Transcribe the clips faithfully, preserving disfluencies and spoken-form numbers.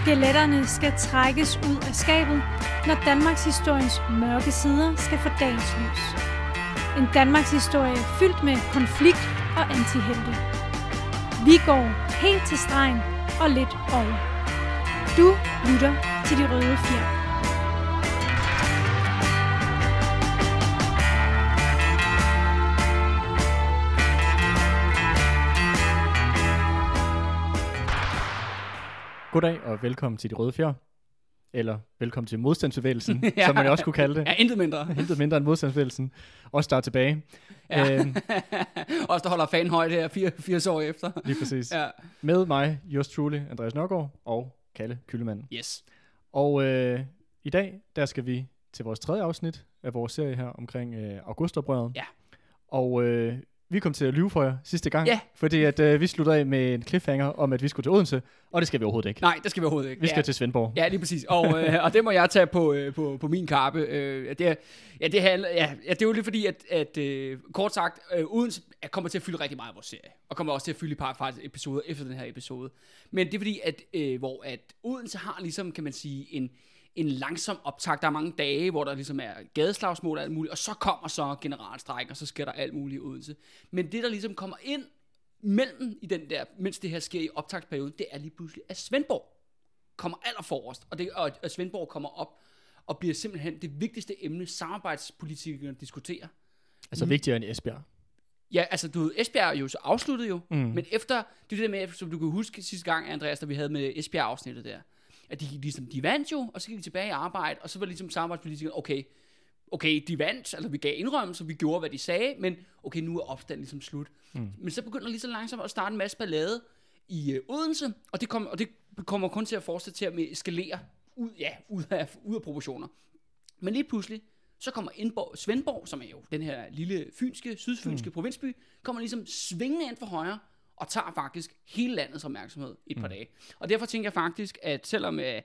Skeletterne skal trækkes ud af skabet, når Danmarks historiens mørke sider skal få dagens lys. En Danmarks historie fyldt med konflikt og antihelte. Vi går helt til stregen og lidt over. Du lytter til De Røde Fjer. Goddag og velkommen til De Røde Fjer. Eller velkommen til modstandsbevægelsen, ja. Som man jo også kunne kalde det. Ja, intet mindre. Intet mindre end modstandsbevægelsen. Også der er tilbage. Ja. Øhm. Også der holder fanen højt her firs år efter. Lige præcis. Ja. Med mig, yours truly, Andreas Nørgaard og Kalle Kyllemand. Yes. Og øh, i dag, der skal vi til vores tredje afsnit af vores serie her omkring øh, Augustoprøret. Ja. Og øh, vi kom til at lyve for jer sidste gang, ja. fordi at, øh, vi sluttede af med en cliffhanger om, at vi skulle til Odense, og det skal vi overhovedet ikke. Nej, det skal vi overhovedet ikke. Vi skal ja. til Svendborg. Ja, lige præcis. Og, øh, og det må jeg tage på, øh, på, på min kappe. Øh, det, er, ja, det, handler, ja, ja, det er jo lidt fordi, at, at øh, kort sagt, øh, Odense kommer til at fylde rigtig meget af vores serie, og kommer også til at fylde et par faktisk episoder efter den her episode. Men det er fordi, at, øh, hvor at Odense har ligesom, kan man sige, en... en langsom optakt. Der er mange dage, hvor der ligesom er gadeslagsmål og alt muligt, og så kommer så generalstræk, og så sker der alt muligt i Odense. Men det, der ligesom kommer ind mellem i den der, mens det her sker i optagtsperioden, det er lige pludselig, at Svendborg kommer allerforrest, og, det, og at Svendborg kommer op og bliver simpelthen det vigtigste emne, samarbejdspolitikerne diskuterer. Altså mm. vigtigere end Esbjerg. Ja, altså du ved, Esbjerg er jo så afsluttet jo, mm. men efter, det er det med, som du kan huske sidste gang, Andreas, da vi havde med Esbjerg-afsnittet der, at de, ligesom, de vandt jo, og så gik de tilbage i arbejde, og så var det ligesom samarbejdspolitikerne, okay, okay, de vandt, altså vi gav indrømmelser, vi gjorde, hvad de sagde, men okay, nu er opstanden ligesom slut. Mm. Men så begynder lige så langsomt at starte en masse ballade i øh, Odense, og det, kom, og det kommer kun til at fortsætte til at eskalere ud, ja, ud, af, ud af proportioner. Men lige pludselig, så kommer Indborg, Svendborg, som er jo den her lille fynske, sydfynske mm. provinsby, kommer ligesom svingende ind for højre, og tager faktisk hele landets opmærksomhed et par mm. dage. Og derfor tænker jeg faktisk, at selvom øh,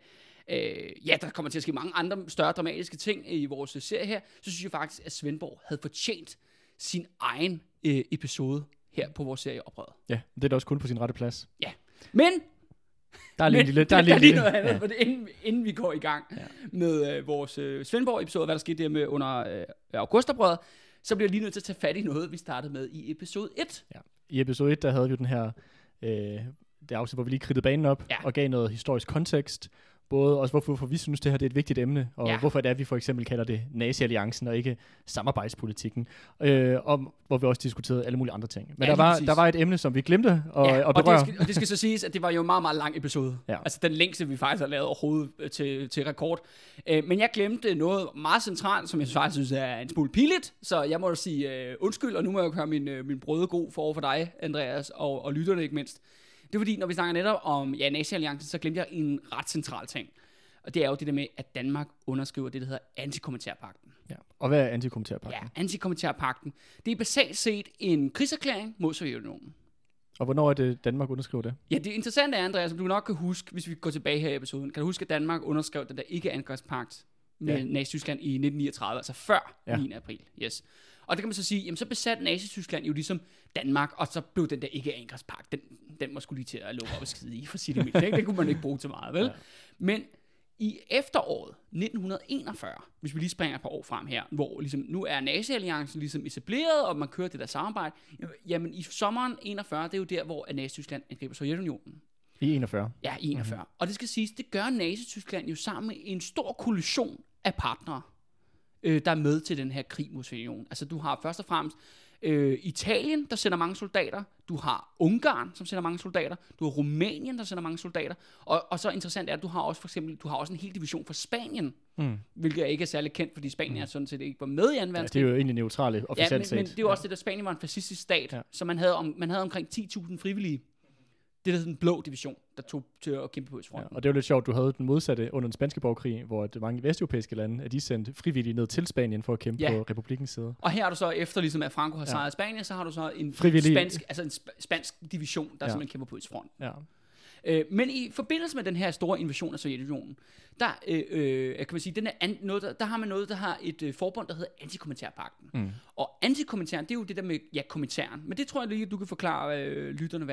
øh, ja, der kommer til at ske mange andre større dramatiske ting i vores serie her, så synes jeg faktisk, at Svendborg havde fortjent sin egen øh, episode her på vores serie Oprøret. Ja, det er da også kun på sin rette plads. Ja, men... Der er lige, men, lille, der er der lige, er lige lille. noget andet, Ja. for det, inden, inden vi går i gang ja. med øh, vores øh, Svendborg-episode, hvad der skete der med under øh, Augustoprøret, så bliver jeg lige nødt til at tage fat i noget, vi startede med i episode et. Ja. I episode et, der havde vi jo den her, øh, det afsnit, hvor vi lige kridtede banen op, ja. og gav noget historisk kontekst, både også hvorfor, hvorfor vi synes, det her det er et vigtigt emne, og ja. hvorfor det er, vi for eksempel kalder det nazi-alliancen, og ikke samarbejdspolitikken, øh, og hvor vi også diskuterede alle mulige andre ting. Men ja, der, var, der var et emne, som vi glemte at, ja, at berøre. Og det, skal, og det skal så siges, at det var jo en meget, meget lang episode. Ja. Altså den længste, vi faktisk har lavet overhovedet til, til rekord. Øh, men jeg glemte noget meget centralt, som jeg faktisk synes er en smule pinligt, så jeg må jo sige øh, undskyld, og nu må jeg jo høre min, øh, min brøde god for over for dig, Andreas, og, og lytterne ikke mindst. Det er fordi, når vi snakker netop om ja, nazi-alliancen, så glemte jeg en ret central ting. Og det er jo det der med, at Danmark underskriver det, der hedder antikommentærpagten. Ja. Og hvad er antikommentærpagten? Ja, antikommentærpagten. Det er basalt set en krigserklæring mod Sovjetunionen. Og hvornår er det, Danmark underskriver det? Ja, det interessante er, Andreas, som du nok kan huske, hvis vi går tilbage her i episoden, kan du huske, at Danmark underskrev den der ikke-angrebspagt med ja. Nazi-Tyskland i nitten niogtredive, altså før ja. niende april. Yes. Og det kan man så sige, jamen så besatte Nazi-Tyskland jo ligesom Danmark, og så blev den der ikke-angrebspagt, den, den var sgu lige til at lukke op og skide i, for at sige det mildt. Den kunne man ikke bruge til meget, vel? Ja. Men i efteråret nitten enogfyrre, hvis vi lige springer et par år frem her, hvor ligesom, nu er Nazi-alliancen ligesom etableret, og man kører det der samarbejde, jamen i sommeren enogfyrre, det er jo der, hvor Nazi-Tyskland angriber Sovjetunionen. I enogfyrre? Ja, i enogfyrre. Mm-hmm. Og det skal siges, det gør Nazi-Tyskland jo sammen med en stor koalition af partnere, øh, der er med til den her krig mod Sovjetunionen. Altså du har først og fremmest øh, Italien, der sender mange soldater. Du har Ungarn, som sender mange soldater. Du har Rumænien, der sender mange soldater. Og, og så interessant er, at du har også for eksempel, du har også en hel division fra Spanien, mm. hvilket ikke er særlig kendt, fordi Spanien mm. er sådan set ikke var med i anden verdenskrig. Ja, det er jo egentlig neutrale officielt ja, men, set. men det er jo også ja. det, der Spanien var en fascistisk stat, ja. så man havde, om, man havde omkring ti tusind frivillige. Det er sådan en blå division, der tog til at kæmpe på østfronten. Ja, og det er jo lidt sjovt, du havde den modsatte under den spanske borgerkrig, hvor de mange vesteuropæiske lande, at de sendte frivillige ned til Spanien for at kæmpe ja. på republikkens side. Og her er du så, efter ligesom at Franco har sejret ja. Spanien, så har du så en frivillig. spansk, altså en sp- spansk division, der ja. simpelthen kæmper på østfronten. Ja. Øh, men i forbindelse med den her store invasion af Sovjetunionen, der øh, øh, kan man sige, den er an, noget, der, der har man noget, der har et øh, forbund, der hedder antikommentærpagten. Mm. Og antikommentæren, det er jo det der med, ja, kommentæren. Men det tror jeg lige, du kan forklare øh, lytterne, hvad er.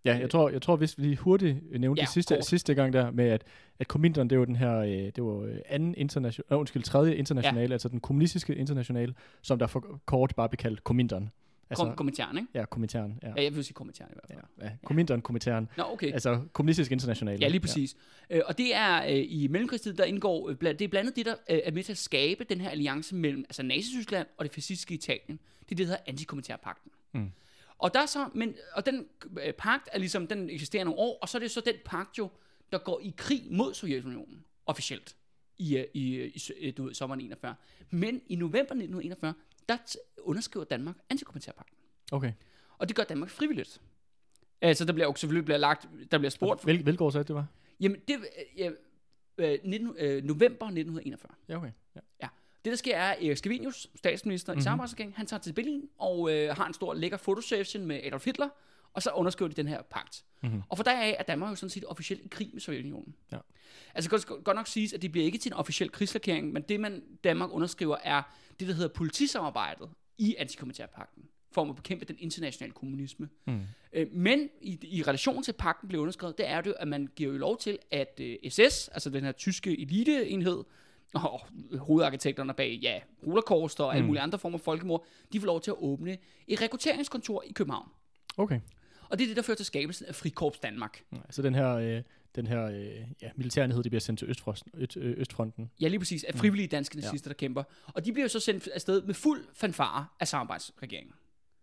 Ja, jeg tror, jeg tror hvis vi lige hurtigt nævnte ja, det sidste, sidste gang der med, at, at Komintern, det var den her, det var anden international, øh, undskyld, tredje internationale, ja. altså den kommunistiske internationale, som der for kort bare blev kaldt Komintern. Altså, Komintern, ikke? Ja, Komintern. Ja. ja, jeg vil sige Komintern i hvert fald. Ja, ja. Komintern, Komintern. Nå, okay. Altså kommunistisk internationale. Ja, lige præcis. Ja. Øh, og det er øh, i mellemkrigstid, der indgår, øh, det er blandt andet det, der øh, er med til at skabe den her alliance mellem altså Nazi-Tyskland og det fascistiske Italien. Det er det, der hedder Antikominternpagten. Mm. Og, der er så, men, og den øh, pagt er ligesom, den eksisterer nogle år, og så er det så den pagt jo, der går i krig mod Sovjetunionen, officielt, i, i, i, i du ved, sommeren enogfyrre. Men i november nitten enogfyrre, der underskriver Danmark Antikominternpagten. Okay. Og det gør Danmark frivilligt. Altså, der bliver jo selvfølgelig bliver lagt, der bliver spurgt... Hvil, hvilket år sagde det var? Jamen, det ja, nitten, øh, november nitten enogfyrre. Ja, okay. Ja. ja. Det, der sker, er, at Erik Scavenius, statsminister mm-hmm. i samarbejdsregeringen, han tager til Berlin og øh, har en stor lækker fotosession med Adolf Hitler, og så underskriver de den her pagt. Mm-hmm. Og for deraf er Danmark jo sådan set officielt i krig med Sovjetunionen. Ja. Altså godt, godt nok siges, at det bliver ikke til en officiel krigserklæring, men det, man Danmark underskriver, er det, der hedder politisamarbejdet i Antikominternpagten, for at bekæmpe den internationale kommunisme. Mm. Øh, men i, i relation til pagten blev underskrevet, det er det, at man giver jo lov til, at øh, S S, altså den her tyske eliteenhed, og hovedarkitekterne bag, ja, Holocaust og alle mm. mulige andre former for folkemord, de får lov til at åbne et rekrutteringskontor i København. Okay. Og det er det, der fører til skabelsen af Frikorps Danmark. Ja, så den her, øh, den her øh, ja, militærenhed, de bliver sendt til Østfronten, øst, øh, Østfronten. Ja, lige præcis, af frivillige danske nazister, ja. der kæmper. Og de bliver jo så sendt afsted med fuld fanfare af samarbejdsregeringen.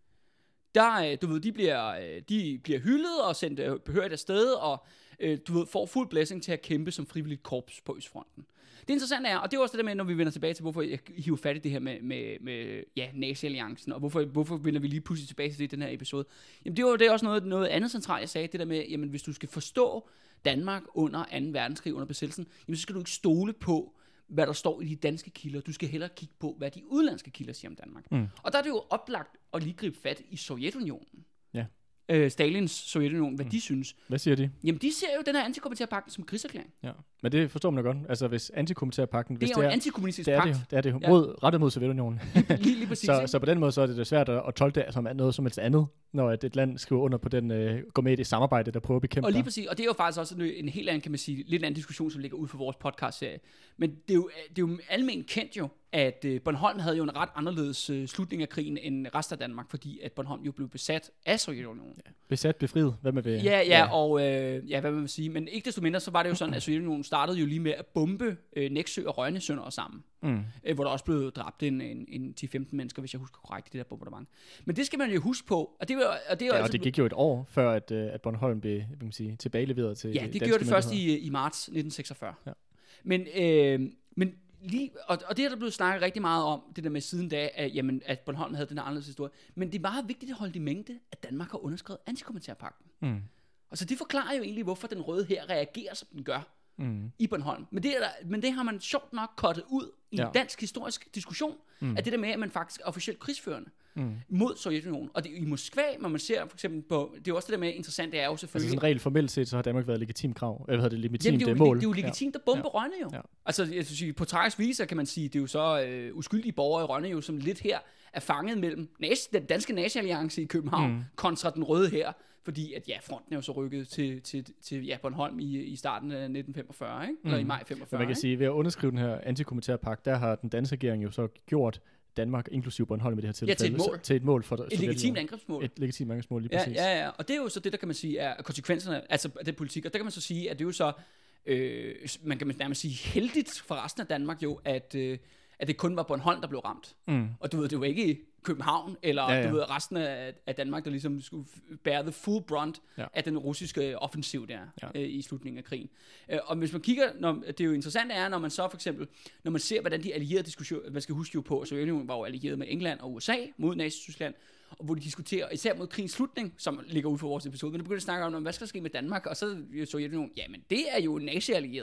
Der, du ved, de bliver, de bliver hyldet og sendt behørigt afsted, og du ved, får fuld blessing til at kæmpe som frivilligt korps på Østfronten. Det interessante er, og det er også det der med, når vi vender tilbage til, hvorfor jeg hiver fat i det her med, med, med ja, Nazi-alliancen, og hvorfor, hvorfor vender vi lige pludselig tilbage til det i den her episode. Jamen det er jo det er også noget, noget andet centralt, jeg sagde, det der med, jamen hvis du skal forstå Danmark under anden verdenskrig, under besættelsen, jamen så skal du ikke stole på, hvad der står i de danske kilder. Du skal hellere kigge på, hvad de udenlandske kilder siger om Danmark. Mm. Og der er det jo oplagt at lige gribe fat i Sovjetunionen. Ja. Øh, Stalins Sovjetunion, hvad mm. de synes. Hvad siger de? Jamen, de ser jo den her antikommentærpagten som krigserklæring. Ja, men det forstår man jo godt. Altså, hvis antikommentærpagten... Det er jo en antikommunistisk pagt. Det er det, det, er det jo. Mod, rettet mod Sovjetunionen. lige, lige præcis. så, så på den måde, så er det, det svært at tolke det som noget som helst andet, når et land skriver under på den, øh, går med i det samarbejde, der prøver at bekæmpe. Og lige præcis, og det er jo faktisk også en, en helt anden, kan man sige, lidt anden diskussion, som ligger ud for vores podcast-serie. Men det er jo, det er jo almen kendt jo, at øh, Bornholm havde jo en ret anderledes øh, slutning af krigen end resten af Danmark, fordi at Bornholm jo blev besat af Sovjetunionen. Ja. Besat, befriet, hvad man vil. Ja, ja, ja. og øh, ja, hvad man vil sige. Men ikke desto mindre, så var det jo sådan, at Sovjetunionen startede jo lige med at bombe øh, Nexø og Rønne sønder sammen. Mm. Øh, hvor der også blev dræbt en, en, en ti til femten mennesker, hvis jeg husker korrekt, i det der bombardement. Men det skal man jo huske på. Og det, var, og det, ja, og altså, det gik jo et år, før at, at Bornholm blev hvad man sige, tilbageleveret til ja, det gjorde det først i, i marts nitten seksogfyrre. Ja. Men, øh, men lige, og, og det er der blevet snakket rigtig meget om, det der med siden da, at, jamen, at Bornholm havde den anderledes historie. Men det er meget vigtigt at holde i mængde, at Danmark har underskrevet antikommentærpagten. Mm. Og så det forklarer jo egentlig, hvorfor den røde her reagerer, som den gør. Mm. I Bornholm. Men det, er der, men det har man sjovt nok kottet ud i en ja. dansk historisk diskussion, mm. at det der med, at man faktisk er officielt krigsførende mm. mod Sovjetunionen. Og det, i Moskva, når man ser for eksempel på, det er også det der med interessant, det er jo selvfølgelig... Altså sådan rent formelt set, så har Danmark været legitimt krav, eller hvad det legitimt det er jo, mål. Det er jo legitimt at bombe ja. Rønne jo. Ja. Altså, jeg synes, på tragisk vis, kan man sige, det er jo så øh, uskyldige borgere i Rønne jo, som lidt her er fanget mellem nazi, den danske nazi-alliance i København mm. kontra den røde her. Fordi at ja, fronten er jo så rykket til, til, til ja, Bornholm i, i starten af nitten femogfyrre, ikke? Eller mm. i maj femogfyrre. Man kan sige, ved at underskrive den her antikommentærpagt, der har den danske regering jo så gjort Danmark, inklusive Bornholm i det her tilfælde, ja, til et mål. Til et mål for et legitimt angrebsmål. Et legitimt angrebsmål, lige ja, præcis. Ja, ja, og det er jo så det, der kan man sige, er konsekvenserne, altså af den politik, og der kan man så sige, at det er jo så, øh, man kan nærmest sige, heldigt for resten af Danmark jo, at, øh, at det kun var Bornholm, der blev ramt. Mm. Og du ved, det var ikke København, eller ja, ja. Du ved, resten af, af Danmark, der ligesom skulle bære the full brunt ja. Af den russiske offensiv der ja. øh, i slutningen af krigen. Øh, og hvis man kigger, når, det er jo interessant er, når man så for eksempel, når man ser, hvordan de allierede diskussioner, man skal huske jo på, at Sovjetunionen var jo allieret med England og U S A mod Nazi-Tyskland, og hvor de diskuterer, især mod krigens slutning, som ligger ud for vores episode, men de begynder at snakke om, hvad skal der ske med Danmark, og så er Sovjetunionen, jamen det er jo Nazi-allierede.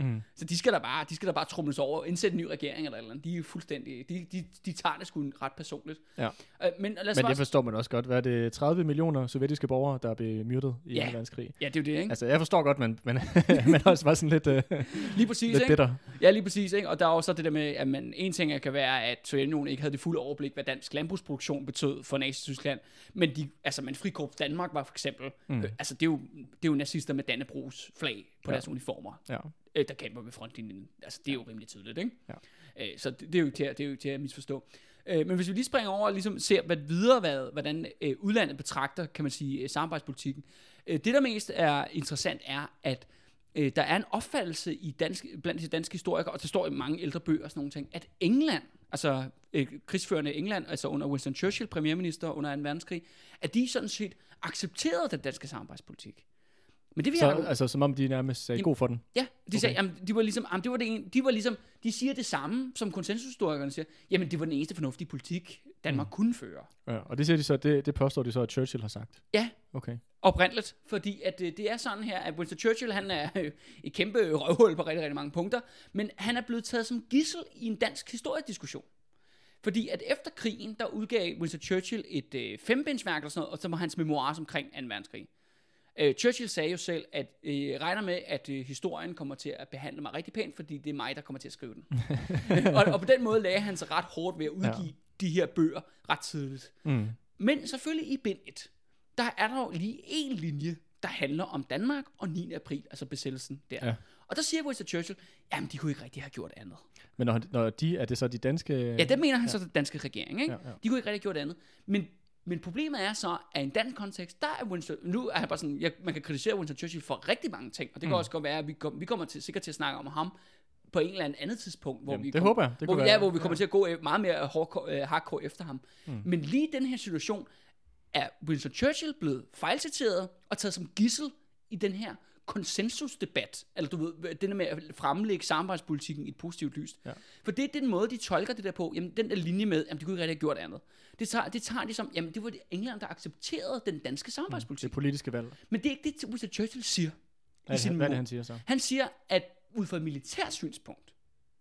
Mm. Så de skal der bare, de skal der bare trumles over, indsætte en ny regering eller eller andet. De er fuldstændig, de, de, de tager det sgu ret personligt. Ja. Øh, men men det også... forstår man også godt. Hvad er det, tredive millioner sovjetiske borgere, der blev myrdet i ja. anden verdenskrig? Ja, det er jo det, ikke? Altså, jeg forstår godt, men man, man også var sådan lidt, uh, lige præcis, lidt bitter. Ja, lige præcis, ikke? Og der er også det der med, at man, en ting kan være, at Sovjetunionen ikke havde det fulde overblik, hvad dansk landbrugsproduktion betød for Nazi-Tyskland, men de, altså, men Frikorps Danmark var for eksempel, mm. øh, altså det er, jo, det er jo nazister med Dannebrogs flag på ja. deres uniformer, ja. øh, der kæmper ved frontlinjen. Altså det er jo rimelig tydeligt, ikke? Ja. Øh, så det, det, er jo til, det er jo til at misforstå. Øh, men hvis vi lige springer over og ligesom ser hvad videre, hvad, hvordan øh, udlandet betragter, kan man sige, øh, samarbejdspolitikken. Øh, det der mest er interessant er, at øh, der er en opfattelse i dansk, blandt de danske historikere, og der står i mange ældre bøger og sådan nogle ting, at England, altså øh, krigsførende England, altså under Winston Churchill, premierminister under anden verdenskrig, at de sådan set accepterede den danske samarbejdspolitik. Men det vil så, jeg, altså som om de nærmest sagde god for den? Ja, de okay. sagde, jamen, de var ligesom, jamen, det var det en, de var ligesom, de siger det samme, som konsensushistorikerne siger, jamen det var den eneste fornuftige politik, Danmark mm. kunne føre. Ja, og det siger de så, det, det påstår de så, at Churchill har sagt? Ja, okay. Oprindeligt, fordi at det er sådan her, at Winston Churchill, han er øh, et kæmpe røvhul på rigtig, rigtig mange punkter, men han er blevet taget som gidsel i en dansk historiediskussion. Fordi at efter krigen, der udgav Winston Churchill et øh, fembindsværk eller sådan noget, og så var hans memoirer omkring anden verdenskrig. Uh, Churchill sagde jo selv, at uh, regner med, at uh, historien kommer til at behandle mig rigtig pænt, fordi det er mig, der kommer til at skrive den. og, og på den måde lagde han sig ret hårdt ved at udgive ja. de her bøger ret tidligt. Mm. Men selvfølgelig i bind et, der er der jo lige en linje, der handler om Danmark og niende april, altså besættelsen der. Ja. Og der siger Winston Churchill, jamen de kunne ikke rigtig have gjort andet. Men når, når de, er det så de danske... Ja, det mener han ja. så den danske regering, ikke? Ja, ja. De kunne ikke rigtig have gjort andet. Men Men problemet er så, at i en dansk kontekst, der er Winston, nu er han bare sådan, jeg, man kan kritisere Winston Churchill for rigtig mange ting, og det kan mm. også godt være, at vi, kom, vi kommer til, sikkert til at snakke om ham på en eller anden andet tidspunkt, hvor Jamen, vi, det kom, håber jeg. Det hvor, vi, være, ja, hvor vi kommer ja. til at gå meget mere hardcore, hardcore efter ham. Mm. Men lige i den her situation, er Winston Churchill blevet fejlciteret og taget som gidsel i den her konsensusdebat, eller du ved, den der med at fremlægge samarbejdspolitikken i et positivt lys. Ja. For det er den måde, de tolker det der på, jamen den der linje med, jamen de kunne ikke rigtig have gjort andet. Det tager, det tager de som, jamen det var England, der accepterede den danske samarbejdspolitik. Mm, det politiske valg. Men det er ikke det, Winston Churchill siger. Hvad, han, hvad er det, han siger så? Han siger, at ud fra et militært synspunkt,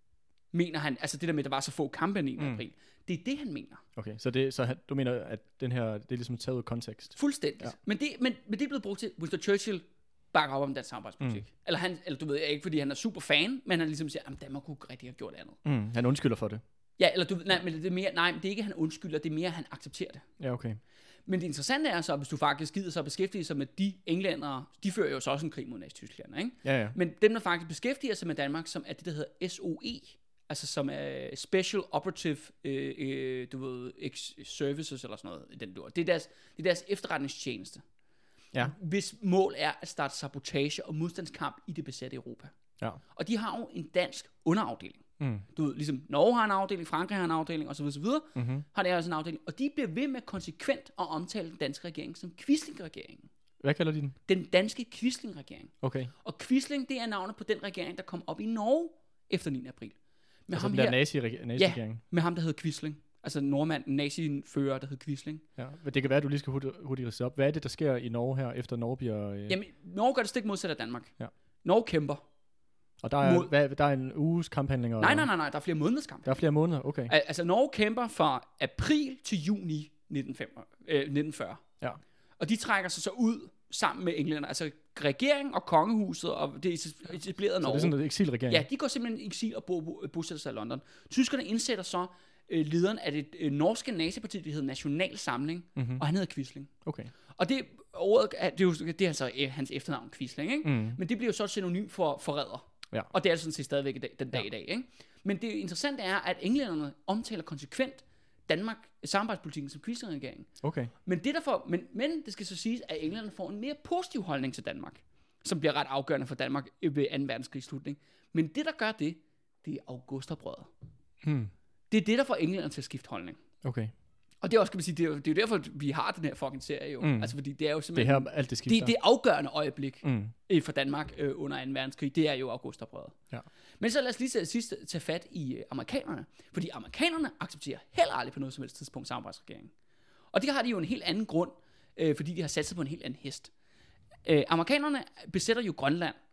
mener han, altså det der med, at der var så få kampe i mm. april, det er det, han mener. Okay, så, det, så han, du mener, at den her, det er ligesom taget ud af kontekst? Fuldstændig. Ja. Men, det, men, men det er blevet brugt til, Winston Churchill bakker op om dansk samarbejdspolitik. Mm. Eller, han, eller du ved, ikke fordi han er super fan, men han ligesom siger, at Danmark kunne rigtig have gjort andet. Mm. Han undskylder for det. Ja, eller du nej, men det er mere, nej, det er ikke, han undskylder, det er mere, han accepterer det. Ja, okay. Men det interessante er så, hvis du faktisk gider så beskæftige sig med de englændere, de fører jo så også en krig mod Nazi-Tyskland, ikke? Ja, ja. Men dem, der faktisk beskæftiger sig med Danmark, som er det, der hedder S O E, altså som er Special Operative, øh, øh, du ved, Services eller sådan noget, i den dur. Det er deres, det er deres efterretningstjeneste. Ja. Hvis mål er at starte sabotage og modstandskamp i det besatte Europa. Ja. Og de har jo en dansk underafdeling. Mm. Du ved, ligesom Norge har en afdeling, Frankrig har en afdeling, og så videre, så videre mm-hmm. har det også en afdeling. Og de bliver ved med konsekvent at omtale den danske regering som Quisling-regeringen. Hvad kalder de den? Den danske Quisling-regering. Okay. Og Quisling, det er navnet på den regering, der kom op i Norge efter niende april. Med altså ham den der nazi-regering? Ja, med ham, der hed Quisling. Altså nordmanden, nazi-fører, der hed Quisling. Ja, men det kan være, at du lige skal hurtigt ridse op. Hvad er det, der sker i Norge her, efter Norge bliver... Øh... Jamen, Norge gør det stik modsat af Danmark. Ja. Norge kæmper. Og der er, mod... hvad, der er en uges kamphandlinger? Nej, nej, nej, nej, der er flere måneders kamp. Der er flere måneder, okay. Al- altså, Norge kæmper fra april til juni nitten fyrre. Ja. Og de trækker sig så ud sammen med englænder. Altså, regeringen og kongehuset, og det er etableret Norge. Så det er sådan en eksilregering? Ja, de går simpelthen i eksil og bo- bosætter sig i London. Tyskerne indsætter så øh, lederen af det øh, norske naziparti, det hedder National Samling, mm-hmm. og han hedder Quisling. Okay. Og det, ordet, det er jo det er altså øh, hans efternavn, Quisling, ikke? Mm. Men det bliver jo så et synonym for forræder. Ja. Og det er det sådan set stadigvæk i dag, den dag ja. i dag, ikke? Men det interessante er, at englænderne omtaler konsekvent Danmark, samarbejdspolitikken som Quisling-regeringen. Okay. Men, det der får, men, men det skal så siges, at englænderne får en mere positiv holdning til Danmark, som bliver ret afgørende for Danmark ved anden verdenskrigs slutning. Men det, der gør det, det er Augusterbrødret. Hmm. Det er det, der får englænderne til at skifte holdning. Okay. Og det er også, kan man sige, det er, det er jo derfor, vi har den her fucking serie jo. Mm. Altså, fordi det er jo simpelthen... Det her, alt det skifter. Det, det afgørende øjeblik mm. for Danmark øh, under anden verdenskrig, det er jo Augusterbrødret. Ja. Men så lad os lige til sidst tage fat i øh, amerikanerne. Fordi amerikanerne accepterer heller aldrig på noget som helst tidspunkt samarbejdsregeringen. Og det har de jo en helt anden grund, øh, fordi de har sat sig på en helt anden hest. Øh, amerikanerne besætter jo Grønland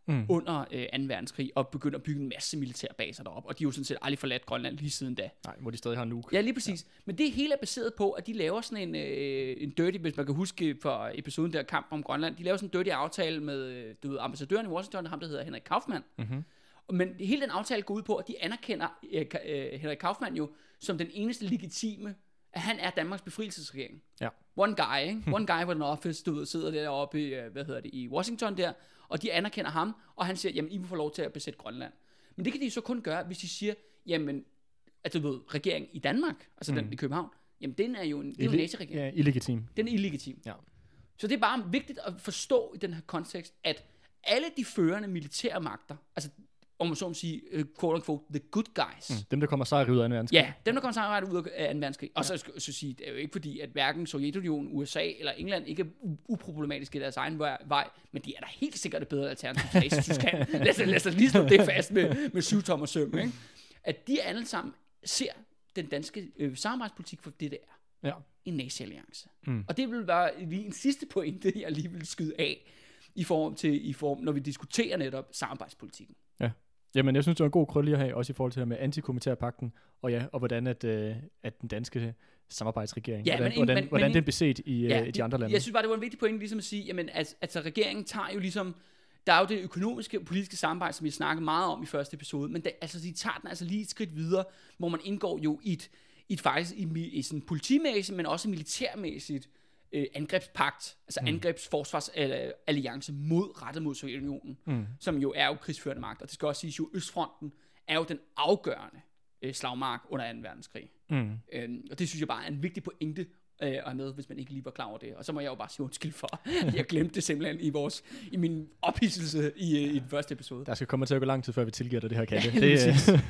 mm. under øh, anden verdenskrig, og begynder at bygge en masse militære baser deroppe. Og de har jo sådan set aldrig forladt Grønland lige siden da. Nej, hvor de stadig har Nuuk. Ja, lige præcis. Ja. Men det hele er baseret på, at de laver sådan en, øh, en dirty, hvis man kan huske fra episoden der, Kamp om Grønland, de laver sådan en dirty aftale med du ved, ambassadøren i Washington, ham der hedder Henrik Kaufmann. Mm-hmm. Men hele den aftale går ud på, at de anerkender øh, øh, Henrik Kaufmann jo som den eneste legitime, at han er Danmarks befrielsesregering. Ja. One guy, ikke? One guy with an office, du ved, sidder deroppe i, hvad hedder det, i Washington der, og de anerkender ham, og han siger, jamen, I må få lov til at besætte Grønland. Men det kan de så kun gøre, hvis de siger, jamen, at du ved, regeringen i Danmark, altså mm. den i København, jamen, den er jo en, det er jo en nazi-regering. Ja, illegitim. Den er illegitim. Ja. Så det er bare vigtigt at forstå i den her kontekst, at alle de førende militære magter, altså om man så må sige, uh, quote unquote, the good guys. Mm, dem, der kommer sejret ud af anden verdenskrig. Ja, dem, der kommer sejret ud af anden verdenskrig. Og ja. så skal jeg så sige, det er jo ikke fordi, at hverken Sovjetunionen, U S A eller England ikke er u- uproblematiske i deres egen vej, men de er da helt sikkert et bedre alternativ til Nazi-Tyskland. lad, os, lad os lige slå det fast med, med syv tommer søm, ikke? At de alle sammen ser den danske øh, samarbejdspolitik for det, det er. Ja. En nazi-alliance. Mm. Og det vil være lige en sidste pointe, jeg lige vil skyde af, i form til, i form, når vi diskuterer netop samarbejdspolitikken. Ja. Jamen, jeg synes, det var en god krølle at have, også i forhold til det med antikommentærpagten, og ja, og hvordan at, øh, at den danske samarbejdsregering, ja, hvordan, men, hvordan, men, hvordan men, den blev set i ja, øh, de andre lande. Jeg synes bare, det var en vigtig pointe ligesom at sige, jamen, altså, altså regeringen tager jo ligesom, der er jo det økonomiske og politiske samarbejde, som vi snakkede meget om i første episode, men det, altså, de tager den altså lige et skridt videre, hvor man indgår jo i et, i et faktisk i, i sådan politimæssigt, men også militærmæssigt Øh, angrebspagt, altså mm. angrebsforsvarsalliance mod rettet mod Sovjetunionen, mm. som jo er jo krigsførende magt, og det skal også siges jo, Østfronten er jo den afgørende øh, slagmark under anden verdenskrig. Mm. Øhm, og det synes jeg bare er en vigtig pointe øh, at have med, hvis man ikke lige var klar over det. Og så må jeg jo bare sige undskyld for, jeg glemte det simpelthen i vores i min ophidselse i, i den første episode. Der skal komme til at gå lang tid, før vi tilgiver dig det her, Katte. Ja, det er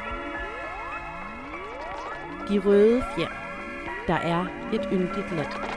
De røde fjer. Der er et yndigt land.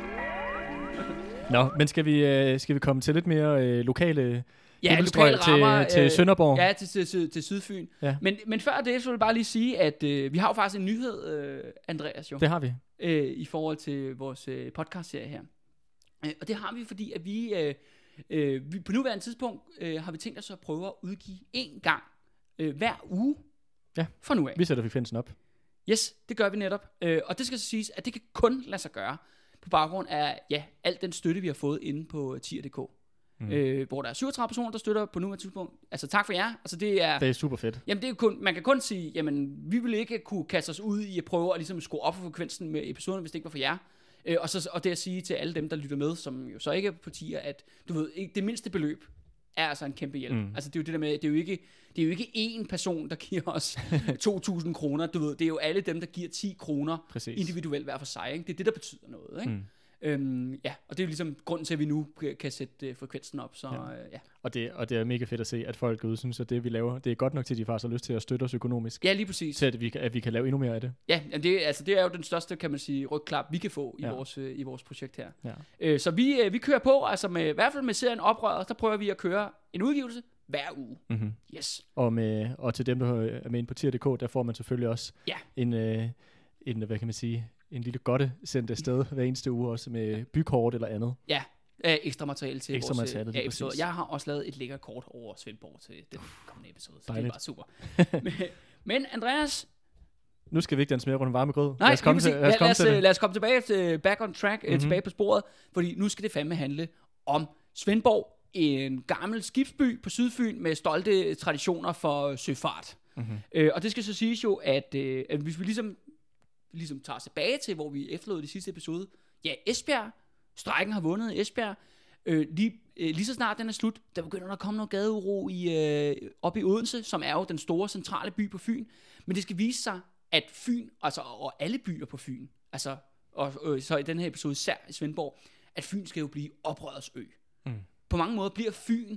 Nå, men skal vi, øh, skal vi komme til lidt mere øh, lokale ja, lokale rammer til, til Sønderborg? Ja, til, til, til, til Sydfyn. Ja. Men, men før det, så vil jeg bare lige sige, at øh, vi har jo faktisk en nyhed, øh, Andreas jo. Det har vi. Øh, I forhold til vores øh, podcast-serie her. Øh, og det har vi, fordi at vi, øh, øh, vi på nuværende tidspunkt øh, har vi tænkt os at prøve at udgive en gang øh, hver uge ja. fra nu af. Vi sætter frekvensen op. Yes, det gør vi netop. Øh, og det skal så siges, at det kan kun lade sig gøre på baggrund af, ja, al den støtte, vi har fået inde på tier punktum d k. Mm. Øh, hvor der er syvogtredive personer, der støtter på nuværende tidspunkt. Altså tak for jer. Altså, det, er, det er super fedt. Jamen, det er kun, man kan kun sige, jamen, vi ville ikke kunne kaste os ud i at prøve at ligesom skrue op for frekvensen med episoden, hvis det ikke var for jer. Øh, og, så, og det at sige til alle dem, der lytter med, som jo så ikke er på tier, at du ved, ikke, det mindste beløb er altså en kæmpe hjælp. Mm. Altså det er jo det der med, det er jo ikke, det er jo ikke én person, der giver os to tusind kroner, du ved, det er jo alle dem, der giver ti kroner Præcis. Individuelt hver for sig, ikke? Det er det, der betyder noget, ikke? Mm. Øhm, ja, og det er jo ligesom grunden til, at vi nu kan sætte uh, frekvensen op, så ja. Øh, ja. Og, det, og det er mega fedt at se, at folk ude synes, at det vi laver, det er godt nok til, at de faktisk har lyst til at støtte os økonomisk. Ja, lige præcis. Til at vi, at vi kan lave endnu mere af det. Ja, det, altså, det er jo den største, kan man sige, rygklap, vi kan få i, ja. vores, uh, i vores projekt her. Ja. Øh, så vi, uh, vi kører på, altså med, i hvert fald med serien Oprøret, så prøver vi at køre en udgivelse hver uge. Mm-hmm. Yes. Og, med, og til dem, der er med ind på tier punktum d k, der får man selvfølgelig også ja. en, uh, en, hvad kan man sige, en lille godte sendt afsted hver eneste uge, også med bykort eller andet. Ja, øh, ekstra materiale til ekstra vores materiale, ja, episode. Jeg har også lavet et lækkert kort over Svendborg til den kommende episode, så Dejligt. Det er bare super. men, men Andreas, nu skal vi ikke danse mere rundt om varmegrød. Nej, lad os komme, til, lad os komme lad os, til det. Lad os komme tilbage til back on track, mm-hmm. tilbage på sporet, fordi nu skal det fandme handle om Svendborg, en gammel skibsby på Sydfyn med stolte traditioner for søfart. Mm-hmm. Øh, og det skal så siges jo, at, øh, at hvis vi ligesom ligesom tager os tilbage til, hvor vi efterlod det sidste episode. Ja, Esbjerg. Strejken har vundet i Esbjerg. Øh, lige, øh, lige så snart den er slut, der begynder der at komme noget gadeuro i, øh, op i Odense, som er jo den store centrale by på Fyn. Men det skal vise sig, at Fyn, altså og alle byer på Fyn, altså og øh, så i den her episode især i Svendborg, at Fyn skal jo blive oprørets ø. Mm. På mange måder bliver Fyn,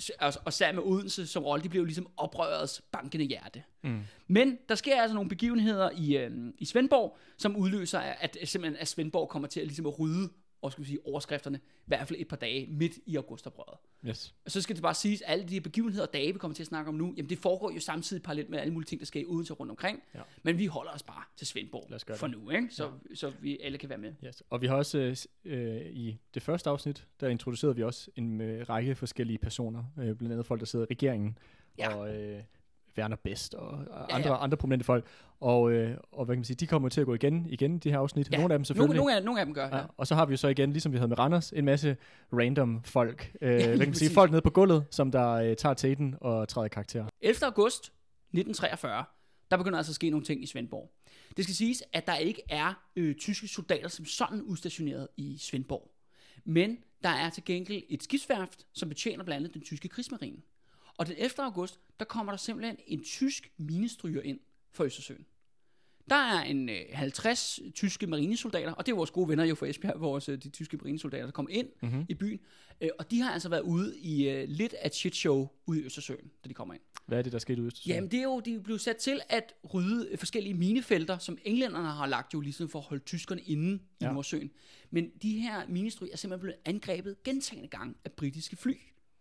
og særligt med Odense som rolle, de bliver jo ligesom oprørets bankende hjerte. Mm. Men der sker altså nogle begivenheder i, øh, i Svendborg, som udløser, at, at simpelthen at Svendborg kommer til at, ligesom at rydde og skal vi sige, overskrifterne, i hvert fald et par dage midt i augustoprøret. Yes. Og så skal det bare siges, at alle de begivenheder og dage, vi kommer til at snakke om nu, jamen det foregår jo samtidig parallelt med alle mulige ting, der sker uden til rundt omkring. Ja. Men vi holder os bare til Svendborg for nu, ikke? Så, ja. så vi alle kan være med. Yes. Og vi har også øh, i det første afsnit, der introducerede vi også en øh, række forskellige personer, øh, blandt andet folk, der sidder i regeringen, ja. og øh, Werner Best og, og ja, andre, ja. andre prominente folk. Og, øh, og hvad kan man sige, de kommer til at gå igen, igen de her afsnit. Ja. Nogle af dem selvfølgelig. Nogle, nogle, af, nogle af dem gør, ja. ja. Og så har vi jo så igen, ligesom vi havde med Randers, en masse random folk. Øh, ja, hvad kan man sige, folk nede på gulvet, som der øh, tager teten og træder i karakter. ellevte august nitten treogfyrre, der begynder altså at ske nogle ting i Svendborg. Det skal siges, at der ikke er øh, tyske soldater som sådan udstationeret i Svendborg. Men der er til gengæld et skibsværft, som betjener blandt andet den tyske krigsmarine. Og den ellevte august, der kommer der simpelthen en tysk minestryger ind for Østersøen. Der er en øh, halvtreds tyske marinesoldater, og det er vores gode venner jo fra Esbjerg, vores, øh, de tyske marinesoldater, der kom ind mm-hmm. i byen. Øh, og de har altså været ude i øh, lidt af et shitshow ude i Østersøen, da de kommer ind. Hvad er det, der skete ude i Østersøen? Jamen det er jo, de blev sat til at rydde forskellige minefelter, som englænderne har lagt jo ligesom for at holde tyskerne inde ja. i Nordsøen. Men de her minestryger er simpelthen blevet angrebet gentagne gange af britiske fly.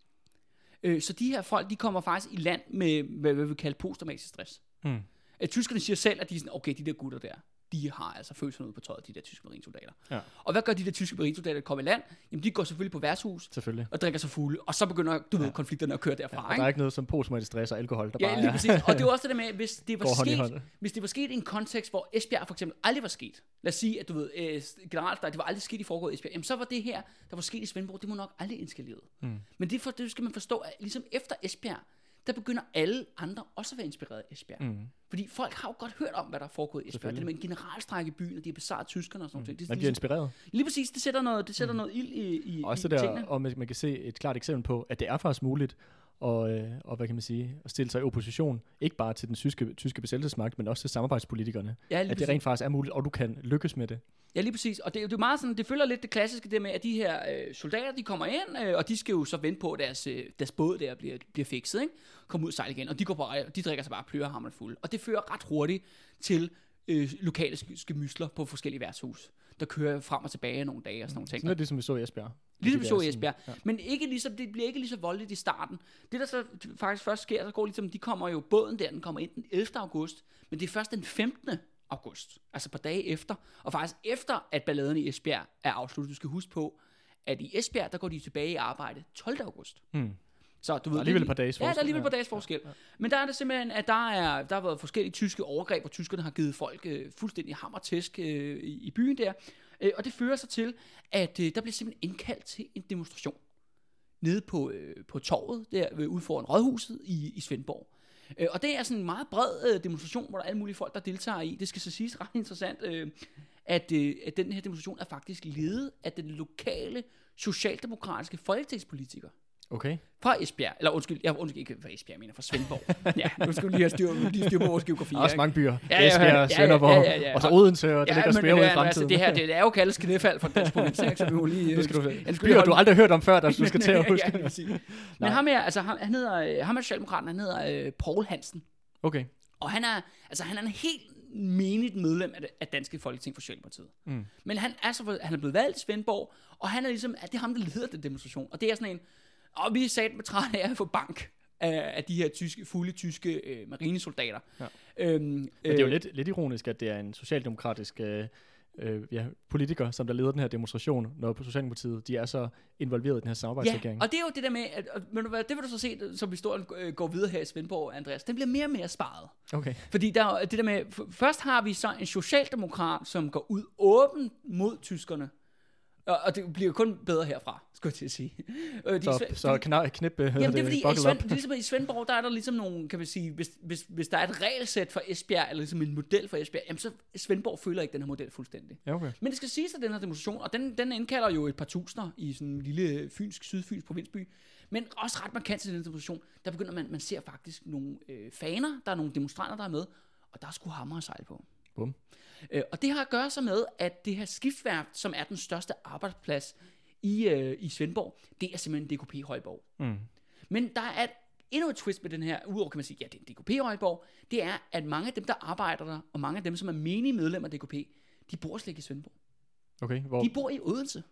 Så de her folk, de kommer faktisk i land med, hvad vi vil kalde posttraumatisk stress. Mm. Tyskerne siger selv, at de er sådan, okay, de der gutter der, de har altså følelserne ud på tøjet, de der tyske marinesoldater. Ja. Og hvad gør de der tyske marinesoldater, der kommer i land? Jamen, de går selvfølgelig på værtshus og drikker sig fulde, og så begynder du ved, ja. konflikterne at køre derfra. Ja, og der er ikke noget som posttraumatisk stress og alkohol, der ja, bare lige er. præcis. Og det er også det der med, hvis det var sket, hvis det var sket i en kontekst, hvor Esbjerg for eksempel aldrig var sket. Lad os sige, at du ved, øh, generelt, det var aldrig sket i foregået i Esbjerg. Jamen, så var det her, der var sket i Svendborg, det må nok aldrig eskaleret. Mm. Men det, for, det skal man forstå, at ligesom efter Esbjerg, der begynder alle andre også at være inspireret af Esbjerg. Mm. Fordi folk har jo godt hørt om, hvad der er foregået i Esbjerg. Det er med en generalstrække i byen, og de har besejret tyskerne og sådan mm. noget. Man bliver inspireret. Lige præcis, det sætter noget, det sætter mm. noget ild i, i, også i der, tingene. Og man, man kan se et klart eksempel på, at det er faktisk muligt og, øh, og hvad kan man sige, at stille sig i opposition, ikke bare til den tyske, tyske besættelsesmagt, men også til samarbejdspolitikerne. Ja, at det præcis. Rent faktisk er muligt, og du kan lykkes med det. Ja, lige præcis. Og det, det er meget sådan, det følger lidt det klassiske der med, at de her øh, soldater, de kommer ind, øh, og de skal jo så vente på, at deres, øh, deres båd der bliver, bliver fikset, ikke? Kommer ud og sejle igen, og de, går på, de drikker sig bare plørehammerne fulde. Og det fører ret hurtigt til øh, lokale skemysler på forskellige værtshus, der kører frem og tilbage nogle dage og sådan nogle ting. Sådan er det, som vi så i Esbjerg. Ligesom vi så i Esbjerg. Ja. Men ikke ligesom, det bliver ikke lige så voldeligt i starten. Det der så faktisk først sker, så går ligesom, de kommer jo, båden der, den kommer ind den ellevte august, men det er først den femtende august, altså et par dage efter, og faktisk efter, at balladen i Esbjerg er afsluttet. Du skal huske på, at i Esbjerg, der går de tilbage i arbejde tolvte august. Hmm. Så du ved, der er alligevel et par dages forskel. Ja, der er alligevel et par dages forskel. Ja, ja. Men der er det simpelthen, at der, er, der har været forskellige tyske overgreb, hvor tyskerne har givet folk øh, fuldstændig hammertæsk øh, i, i byen der. Øh, og det fører sig til, at øh, der bliver simpelthen indkaldt til en demonstration nede på, øh, på torvet, der ude foran Rådhuset i, i Svendborg. Øh, og det er sådan en meget bred øh, demonstration, hvor der er alle mulige folk, der deltager i. Det skal så siges ret interessant, øh, at, øh, at den her demonstration er faktisk ledet af den lokale socialdemokratiske folketingspolitiker. Okay. Fra Esbjerg, eller undskyld, jeg undskyld ikke fra Esbjerg, jeg mener fra Svendborg. Ja, nu skal vi lige have styr, lige styr på vores geografi. Også mange byer. Ja, ja, Esbjerg, ja, Sønderborg, ja, ja, ja. Og så Odense, og der ja, ligger spære ud i fremtiden. Altså, det her, det er jo kaldes knæfald for dansk provins, så vi må lige... Nu skal du, byer, du aldrig hørt om før, der du skal til at huske. Ja, ja, men ham her, altså han, han hedder, ham er socialdemokraten, han hedder øh, Poul Hansen. Okay. Og han er, altså han er en helt menigt medlem af, af Danske Folketing for Socialdemokratiet. Mm. Men han er, så, han er blevet valgt i Svendborg, og han er ligesom, at det er ham, der leder den demonstration. Og det er sådan en, og vi er sat med træt af at få bank af, af de her tyske, fulde tyske øh, marinesoldater. Ja. Øhm, Men det er jo øh, lidt, lidt ironisk, at det er en socialdemokratisk øh, øh, ja, politiker, som der leder den her demonstration, når på Socialdemokratiet, de er så involveret i den her samarbejdsregering. Ja, og det er jo det der med, at, at, men det vil du så se, som historien øh, går videre her i Svendborg, Andreas, den bliver mere og mere sparet. Okay. Fordi der, det der med, først har vi så en socialdemokrat, som går ud åbent mod tyskerne, og, og det bliver kun bedre herfra, skulle jeg til at sige. Øh, så de, så kna, knip øh, jamen det er fordi, i, Svend, det er ligesom, i Svendborg, der er der ligesom nogle, kan man sige, hvis, hvis, hvis der er et regelsæt for Esbjerg, eller ligesom en model for Esbjerg, jamen så Svendborg følger ikke den her model fuldstændig. Ja, okay. Men det skal siges, at den her demonstration, og den, den indkalder jo et par tusinder i sådan en lille fynsk, sydfynsk provinsby, men også ret markant til den demonstration, der begynder man, man ser faktisk nogle øh, faner, der er nogle demonstranter, der er med, og der er sgu hammer og sejl på. Bum. Øh, og det har at gøre sig med, at det her skibsværft, som er den største arbejdsplads i, øh, i Svendborg, det er simpelthen D K P Højborg. Mm. Men der er et, endnu et twist med den her, udover kan man sige, ja, det er D K P Højborg, det er, at mange af dem, der arbejder der, og mange af dem, som er menige medlemmer af D K P, de bor slet ikke i Svendborg. Okay, hvor? De bor i Odense.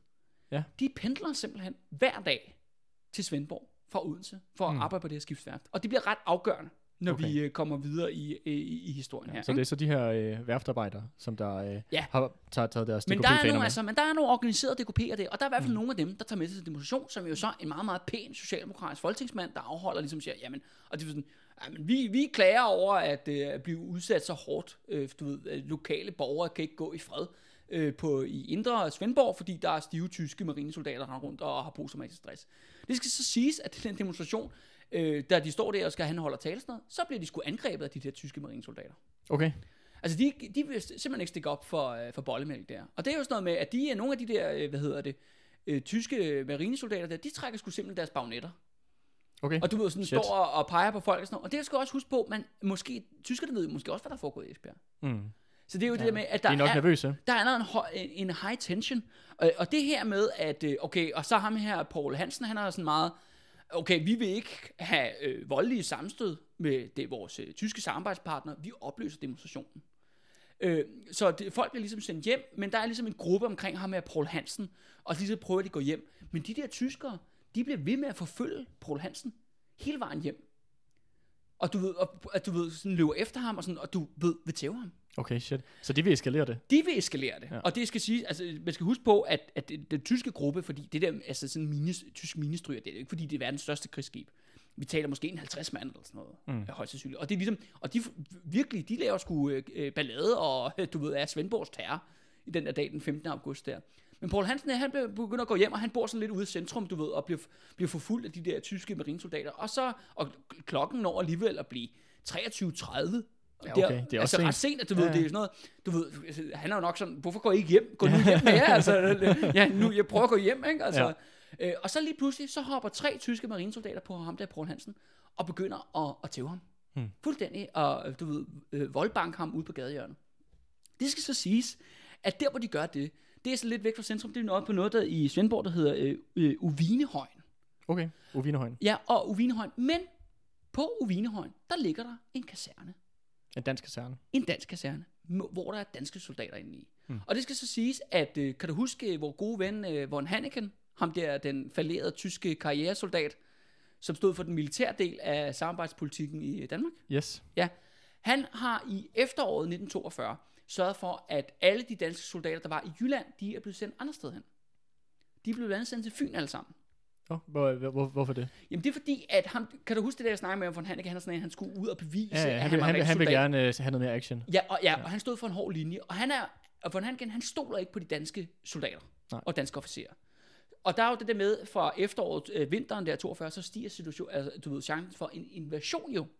Ja. De pendler simpelthen hver dag til Svendborg fra Odense for at mm. arbejde på det her skibsværft. Og det bliver ret afgørende, når okay. vi øh, kommer videre i, i, i historien ja, her. Så det er så de her øh, værftarbejdere, som der øh, ja. har taget, taget deres D K P-faner med. Nogle, altså, men der er nogle organiserede D K P'er der, og der er i hvert fald mm. nogle af dem, der tager med til demonstration, som jo så er en meget, meget pæn socialdemokratisk folketingsmand, der afholder ligesom siger, jamen, og det er sådan, jamen, vi, vi klager over at øh, blive udsat så hårdt. Øh, du ved, øh, lokale borgere kan ikke gå i fred øh, på, i indre Svendborg, fordi der er stive tyske marinesoldater, der render rundt og har posttraumatisk stress. Det skal så siges, at den demonstration, øh, da de står der og skal han holder tale sådan noget, så bliver de sgu angrebet af de der tyske marinesoldater. Okay. Altså, de, de vil simpelthen ikke stikke op for, øh, for bollemælk der. Og det er jo sådan noget med, at de er nogle af de der, øh, hvad hedder det, øh, tyske marinesoldater der, de trækker sgu simpelthen deres bagnetter. Okay. Og du ved, sådan Shit. står og, og peger på folk og sådan noget. Og det skal du også huske på, man måske, tyskerne ved måske også, hvad der foregår i Esbjerg. Mm. Så det er jo ja. det der med, at der de er, nok er, nervøse. der er en, en, en high tension. Og, og det her med, at okay, og så ham her, Poul Hansen, han er sådan meget, okay, vi vil ikke have øh, voldelige sammenstød med det, vores øh, tyske samarbejdspartner. Vi opløser demonstrationen. Øh, så det, folk bliver ligesom sendt hjem, men der er ligesom en gruppe omkring ham her, Poul Hansen, og så prøver de at gå hjem. Men de der tyskere, de bliver ved med at forfølge Poul Hansen hele vejen hjem. Og du ved, og, at du ved, sådan løber efter ham, og, sådan, og du ved, vil tæve ham. Okay, shit. Så de vil eskalere det? De vil eskalere det. Ja. Og det skal sige, altså, man skal huske på, at, at den, den tyske gruppe, fordi det der, altså sådan en mines, tysk minestryger, det er jo ikke, fordi det er verdens største krigsskib. Vi taler måske en halvtreds mand eller sådan noget, mm. højst sandsynligt. Og det er ligesom, og de virkelig, de laver sgu øh, ballade, og du ved, er Svendborgs terror i den der dag, den femtende august der. Men Poul Hansen, han begynder at gå hjem, og han bor sådan lidt ude i centrum, du ved, og bliver, bliver forfulgt af de der tyske marinesoldater. Og så, og klokken når alligevel at blive treogtyve tredive. Ja, okay. Det er altså også ret sent, at du ja. ved, det er sådan noget, du ved, han er jo nok sådan, hvorfor går I ikke hjem? Gå nu hjem med jer, altså, ja, nu, jeg prøver at gå hjem, ikke? Altså, ja. øh, og så lige pludselig, så hopper tre tyske marinesoldater på ham der, Poul Hansen, og begynder at, at tæve ham. Hmm. Fuldstændig, og du ved, øh, voldbank ham ude på gadehjørnet. Det skal så siges, at der, hvor de gør det, det er så lidt væk fra centrum, det er noget på noget, der i Svendborg, der hedder øh, øh, Uvinehøjen. Okay, Uvinehøjen. Ja, og Uvinehøjen, men på Uvinehøjen, der ligger der en kaserne. En dansk kaserne. En dansk kaserne, hvor der er danske soldater inde i. Hmm. Og det skal så siges, at øh, kan du huske vores gode ven, øh, von Hanneken, ham der, den fallerede tyske karrieresoldat, som stod for den militære del af samarbejdspolitikken i Danmark? Yes. Ja, han har i efteråret nitten toogfyrre sørget for, at alle de danske soldater, der var i Jylland, de er blevet sendt andre steder hen. De er blevet blandt andet sendt til Fyn alle sammen. Oh, hvor, hvor, hvorfor det? Jamen det er fordi, at ham, kan du huske det der, jeg snakkede med om, von Hanneke, han er sådan en, han skulle ud og bevise, ja, ja, at han, han var han, en han vil soldat. gerne uh, have noget mere action. Ja, og, ja, ja, og han stod for en hård linje, og han er, og von Hanneke, han stoler ikke på de danske soldater Nej. og danske officerer. Og der er jo det der med, fra efteråret, øh, vinteren der toogfyrre, så stiger situationen, altså du ved, chancen for en invasion jo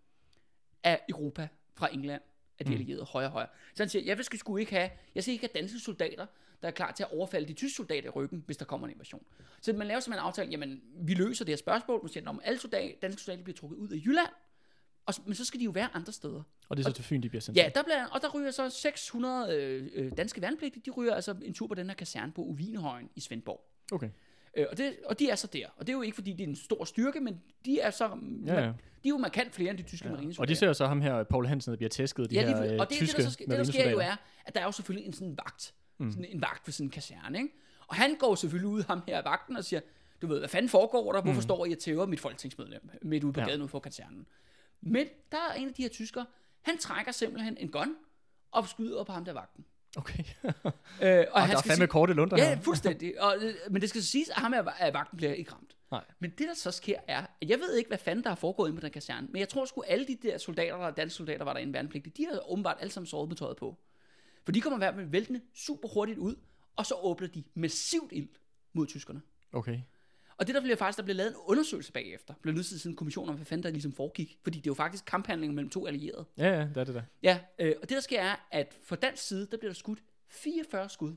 af Europa fra England, af de allierede, mm. højere og højere. Så han siger, jeg vil sgu ikke have, jeg skal ikke have danske soldater, der er klar til at overfalde de tyske soldater i ryggen, hvis der kommer en invasion. Så man laver simpelthen en aftale, jamen, vi løser det her spørgsmål, man siger, om alle soldater, danske soldater bliver trukket ud af Jylland, og, men så skal de jo være andre steder. Og det er så til Fyn, de bliver sendt Ja, der bliver, og der ryger så seks hundrede øh, danske værnepligtige, de ryger altså en tur på den her kaserne på Uvinehøjen i Svendborg. Okay. Øh, og, det, og de er så der. Og det er jo ikke, fordi det er en stor styrke, men de er så ja, ja. Man, de er jo markant flere end de tyske ja. marinesoldater. Og de ser så ham her, Poul Hansen, der bliver tæsket, de ja, her de, og det, tyske det, der, sker, det, der sker jo er, at der er jo selvfølgelig en sådan vagt. Mm. Sådan en vagt ved sådan en kaserne, ikke? Og han går selvfølgelig ud, ham her vagten, og siger, du ved, hvad fanden foregår der? Hvorfor mm. står I og tæver mit folketingsmedlem midt ude på ja. gaden ude for kasernen? Men der er en af de her tyskere, han trækker simpelthen en gun og skyder på ham der vagten. Okay. øh, og, og han der er fandme korte lunder ja, her. Ja, fuldstændig. Og, men det skal så siges, at ham af vagten bliver ikke ramt. Nej. Men det der så sker er, at jeg ved ikke, hvad fanden der er foregået inde på den kaserne, men jeg tror sgu alle de der soldater, der danske soldater, var derinde værnepligtige, de har åbenbart alle sammen sovet med tøjet på. For de kommer i hvert fald væltende super hurtigt ud, og så åbner de massivt ild mod tyskerne. Okay. Og det der bliver faktisk, der bliver lavet en undersøgelse bagefter. Bliver nødt til sådan en kommission om, hvad fanden der ligesom foregik. Fordi det er jo faktisk kamphandlinger mellem to allierede. Ja, ja, det er det der. Ja, øh, og det der sker er, at for dansk side, der bliver der skudt fireogfyrre skud.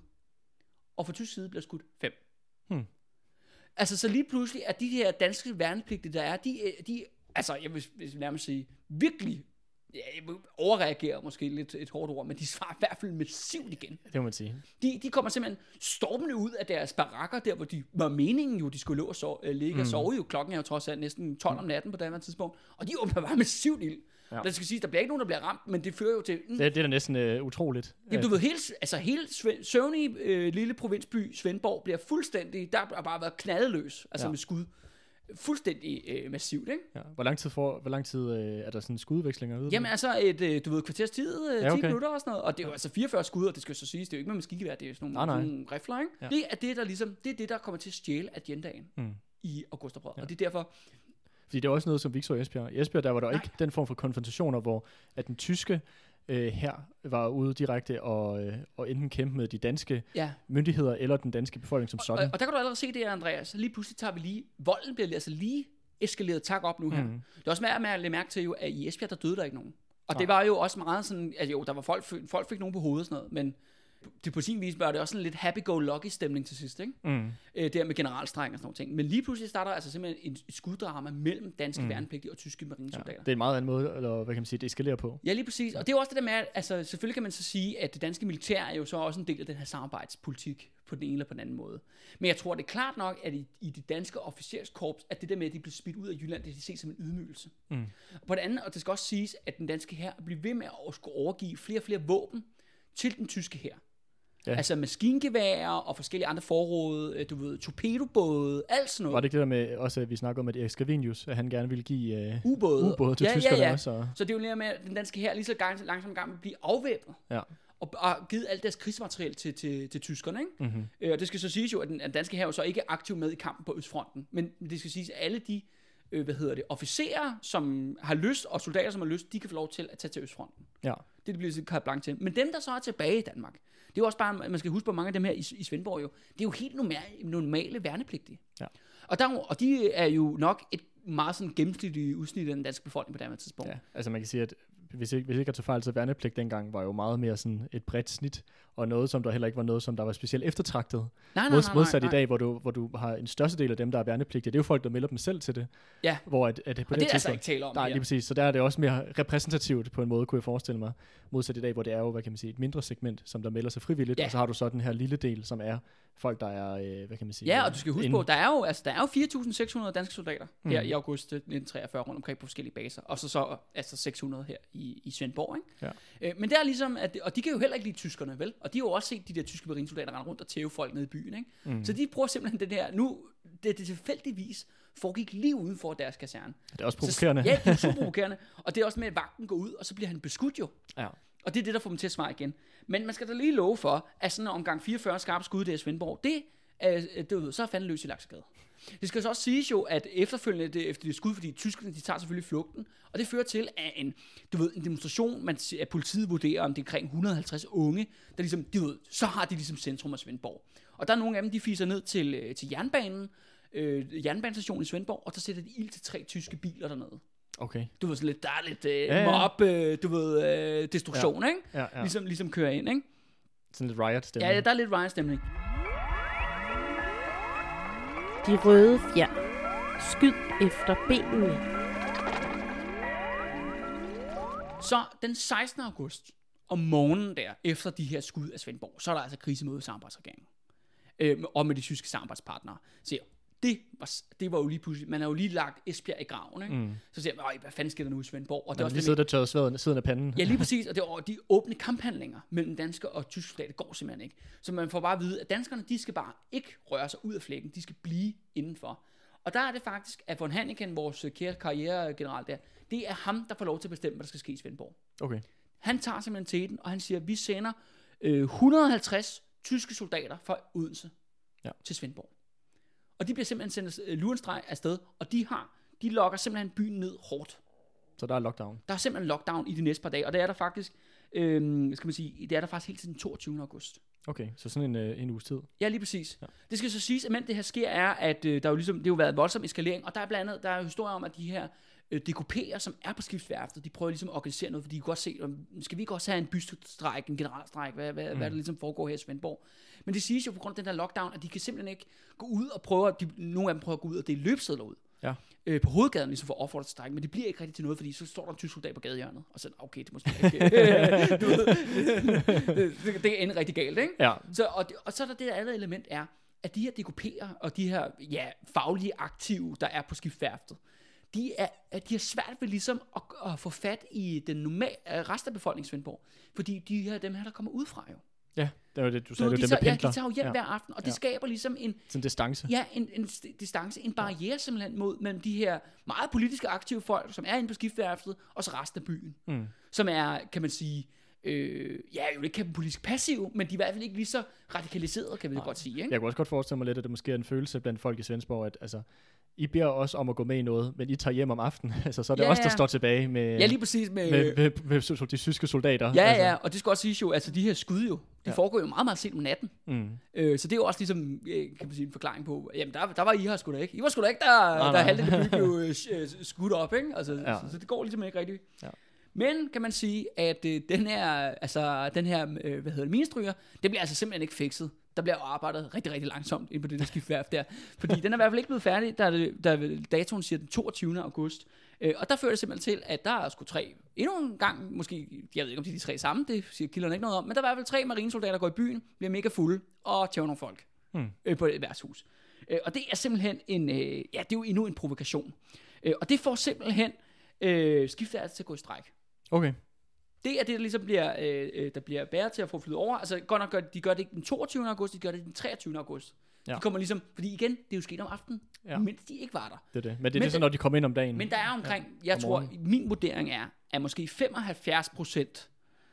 Og for tysk side bliver der skudt fem. Hmm. Altså så lige pludselig, at de her danske værnepligtige, der er, de, de altså jeg vil, vil nærmest sige, virkelig ja, overreagerer måske lidt et hårdt ord, men de svarer i hvert fald massivt igen. Det må man sige. De, de kommer simpelthen stormende ud af deres barakker, der hvor de var meningen jo, de skulle lå og sove, ligge mm. og sove jo. Klokken er jo trods alt næsten tolv om natten på det her tidspunkt, og de åbner bare massivt ild. Ja. Der skal sige, der bliver ikke nogen, der bliver ramt, men det fører jo til... Mm, det, det er da næsten øh, utroligt. Jamen, du ved, hele, altså hele Svend, søvnige øh, lille provinsby Svendborg bliver fuldstændig... Der har bare været knaldeløs, altså ja. med skud. Fuldstændig øh, massivt, ikke? Ja. Hvor lang tid, for, hvor lang tid øh, er der sådan skudvekslinger ude? Jamen altså, et, øh, du ved, kvarters tid, øh, ja, okay. ti minutter og sådan noget. Og det er jo altså fireogfyrre skud, og det skal så siges, det er jo ikke med maskingevær, det er jo sådan nogle, nej, nogle rifler, ikke? Ja. Det er det, der ligesom, det er det, der kommer til at stjæle agendaen mm. i augustoprøret. Ja. Og det er derfor... Fordi det er også noget, som vi ikke så i Esbjerg. I Esbjerg, der var der Nej. ikke den form for konfrontationer, hvor at den tyske øh, her var ude direkte og, øh, og enten kæmpe med de danske ja. myndigheder eller den danske befolkning som sådan. Og, og der kan du allerede se det, Andreas. Lige pludselig tager vi lige... Volden bliver altså lige eskaleret tak op nu her. Mm. Det er også med at lægge mærke til, jo, at i Esbjerg, der døde der ikke nogen. Og Nej. det var jo også meget sådan... Altså jo, der var folk, folk fik nogen på hovedet og sådan noget, men... Det på sin vis var det også en lidt happy-go-lucky stemning til sidst, ikke? Mm. Øh, der med generalstrejken og sådan noget ting. Men lige pludselig starter altså simpelthen et skuddrama mellem danske mm. værnepligtige og tyske marinesoldater. Ja, det er en meget anden måde, eller hvad kan man sige, det eskalerer på. Ja, lige præcis. Og det er jo også det der med, at altså, selvfølgelig kan man så sige, at det danske militær er jo så også en del af den her samarbejdspolitik på den ene eller på den anden måde. Men jeg tror, det er klart nok, at i, i det danske officerskorps, at det der med, at de bliver smidt ud af Jylland, det de ses som en ydmygelse. Mm. Og på det andet, og det skal også siges, at den danske hær bliver ved med at skulle overgive flere og flere våben til den tyske hær. Ja. Altså maskingeværer og forskellige andre forråd, du ved, torpedobåde, alt sådan noget. Var det ikke det der med, også at vi snakker om, at Erik Scavenius, at han gerne ville give uh, ubåde. ubåde til ja, tyskerne ja, ja. også? Og... Så det er jo lige med, at den danske hær lige så gang, langsomt gang vil blive afvæbnet. Ja. Og, og givet alt deres krigsmateriel til, til, til tyskerne, ikke? Mm-hmm. Øh, og det skal så siges jo, at den, at den danske hær jo så ikke er aktiv med i kampen på Østfronten. Men det skal siges, at alle de øh, hvad hedder det, officerer, som har lyst, og soldater, som har lyst, de kan få lov til at tage til Østfronten. Ja. Det bliver sådan carte blanche til. Men dem, der så er tilbage i Danmark, det er jo også bare, man skal huske på mange af dem her i, i Svendborg jo, det er jo helt normale, normale værnepligtige. Ja. Og, der, og de er jo nok et meget sådan gennemsnitligt udsnit af den danske befolkning på det her tidspunkt. Ja, altså man kan sige, at hvis ikke, hvis ikke at tage fejl, så værnepligt dengang var jo meget mere sådan et bredt snit, og noget, som der heller ikke var noget, som der var specielt eftertragtet. Nej, nej, nej, nej, modsat nej. i dag, hvor du, hvor du har en største del af dem, der er værnepligtige. Det er jo folk, der melder dem selv til det. Ja, hvor at, at på og det, det er altså ikke tale om. Nej, lige præcis. Så der er det også mere repræsentativt på en måde, kunne jeg forestille mig. Modsat i dag, hvor det er jo, hvad kan man sige, et mindre segment, som der melder sig frivilligt, ja. Og så har du så den her lille del, som er folk, der er, øh, hvad kan man sige... Ja, og du skal huske inden. på, der er jo, altså, der er jo fire tusind seks hundrede danske soldater mm. her i august nitten treogfyrre rundt omkring på forskellige baser, og så, så altså seks hundrede her i, i Svendborg, ikke? Ja. Øh, men det er ligesom, at, og de kan jo heller ikke lide tyskerne, vel? Og de har jo også set de der tyske marinesoldater rende rundt og tæve folk nede i byen, ikke? Mm. Så de bruger simpelthen det der, nu, det, det tilfældigvis foregik lige uden for deres kaserne. Det er også provokerende. Så, ja, det er super provokerende. Og det er også med, at vagten går ud, og så bliver han beskudt jo. Ja. Og det er det, der får dem til at svare igen. Men man skal da lige love for, at sådan en omgang fireogfyrre skarpe skud der i Svendborg, det er, det, så er fandme løs i Laksegade. Det skal så også siges jo, at efterfølgende det, efter det skud, fordi tyskerne, de tager selvfølgelig flugten, og det fører til, at en, du ved, en demonstration, man, at politiet vurderer, om det er omkring et hundrede og halvtreds unge, der ligesom, de ved, så har de ligesom centrum af Svendborg. Og der er nogle af dem, de fiser ned til, til jernbanen, øh, jernbanestationen i Svendborg, og der sætter de ild til tre tyske biler dernede. Okay. Du ved sådan lidt, der er lidt øh, ja, ja. mob, øh, du ved, øh, destruktion, ja. Ikke? Ja, ja. Ligesom, ligesom kører ind, ikke? Sådan lidt riot-stemning. Ja, ja, der er lidt riot-stemning. De røde fjer. Skyd efter benene. Så den sekstende august, om morgenen der, efter de her skud af Svendborg, så er der altså krisemøde i samarbejdsregeringen. Øh, og med de tyske samarbejdspartnere. Så det var, det var jo lige pludselig, man har jo lige lagt Esbjerg i graven, ikke? Mm. Så siger man, hvad fanden sker der nu i Svendborg? Og det er også lige sidder der tørret sveden siden af panden. Ja, lige præcis, og det er, de åbne kamphandlinger mellem danske og tyske soldater går simpelthen ikke. Så man får bare at vide, at danskerne, de skal bare ikke røre sig ud af flækken, de skal blive indenfor. Og der er det faktisk, at von Hanneken, vores kære karrieregeneral der, det er ham, der får lov til at bestemme, hvad der skal ske i Svendborg. Okay. Han tager simpelthen til den, og han siger, at vi sender øh, et hundrede og halvtreds tyske soldater fra Odense ja. til Svendborg. Og de bliver simpelthen sendt uh, lurenstreg afsted, og de har, de lokker simpelthen byen ned hårdt. Så der er lockdown? Der er simpelthen lockdown i de næste par dage, og det er der faktisk, øh, skal man sige, det er der faktisk helt til den toogtyvende august. Okay, så sådan en, øh, en uges tid. Ja, lige præcis. Ja. Det skal så siges, at mens det her sker, er, at øh, der jo ligesom, det har jo været en voldsom eskalering, og der er blandt andet, der er historier om, at de her øh, D K P'er, som er på skibsværftet, de prøver ligesom at organisere noget, fordi de kan godt se, skal vi ikke også have en bystræk, en generalstræk, hvad, hvad, mm. hvad der ligesom foregår her i Svendborg. Men det siges jo på grund af den der lockdown, at de kan simpelthen ikke gå ud og prøve, de, nogle af dem prøver at gå ud og dele løbsedler ud. Ja. Øh, på hovedgaden, ligesom for at opfordre til stræk, men det bliver ikke rigtig til noget, fordi så står der en tysk soldat på gadehjørnet, og så okay, det måske ikke, du ved, det, det ender rigtig galt, ikke? Ja. Så, og, det, og så er der det der andet element er, at de her D K P'er, og de her, ja, faglige aktive, der er på skibsværftet, de er, de er svært ved ligesom at, at få fat i den normale rest af befolkningen i Svendborg, fordi de her, dem her, der kommer udefra jo. Ja, det er jo det, du sagde, du, det de er dem, der tager, pendler. Ja, de tager jo hjem ja. hver aften, og det ja. skaber ligesom en... Sådan en distance. Ja, en, en distance, en barriere simpelthen mod mellem de her meget politiske aktive folk, som er inde på skibsværftet, og så resten af byen. Mm. Som er, kan man sige, øh, ja, jo ikke politisk passiv, men de er i hvert fald ikke lige så radikaliseret, kan vi godt sige. Ikke? Jeg kan også godt forestille mig lidt, at det måske er en følelse blandt folk i Svendborg, at altså, I beder os om at gå med i noget, men I tager hjem om aftenen. altså, så er det ja, os, der ja. står tilbage med, ja, lige præcis med, med, med, med, med de tyske soldater. Ja, altså. ja, og det skal også siges jo, altså de her skud jo, de ja. foregår jo meget, meget sent om natten. Mm. Øh, så det er jo også ligesom, kan man sige, en forklaring på, jamen der, der var I her sgu da ikke. I var sgu da ikke, der, nej, der nej. halvdelen af byen blev skudt op, ikke? Altså, ja. så, så det går ligesom ikke rigtigt. Ja. Men kan man sige, at øh, den her, altså den her, øh, hvad hedder det, minestryger, det bliver altså simpelthen ikke fikset. Der bliver jo arbejdet rigtig, rigtig langsomt ind på det der skibsværft der. Fordi den er i hvert fald ikke blevet færdig, da, da datoen siger den toogtyvende august. Øh, og der fører det simpelthen til, at der er sgu tre, endnu en gang, måske, jeg ved ikke om det er de tre sammen, det siger kilderne ikke noget om, men der er i hvert fald tre marinesoldater, der går i byen, bliver mega fulde og tæver nogle folk hmm. øh, på et værtshus. Øh, og det er simpelthen en, øh, ja, det er jo endnu en provokation. Øh, og det får simpelthen øh, skibsværftet til at gå i stræk. Okay. Det er det, der ligesom bliver, øh, der bliver bæret til at få flyet over. Altså godt nok gør de gør det ikke den toogtyvende august, de gør det den treogtyvende august. Ja. De kommer ligesom, fordi igen, det er jo sket om aftenen, ja. mens de ikke var der. Det er det. Men det er ligesom, når de kommer ind om dagen. Men der er omkring, ja, jeg tror, min vurdering er, at måske femoghalvfjerds procent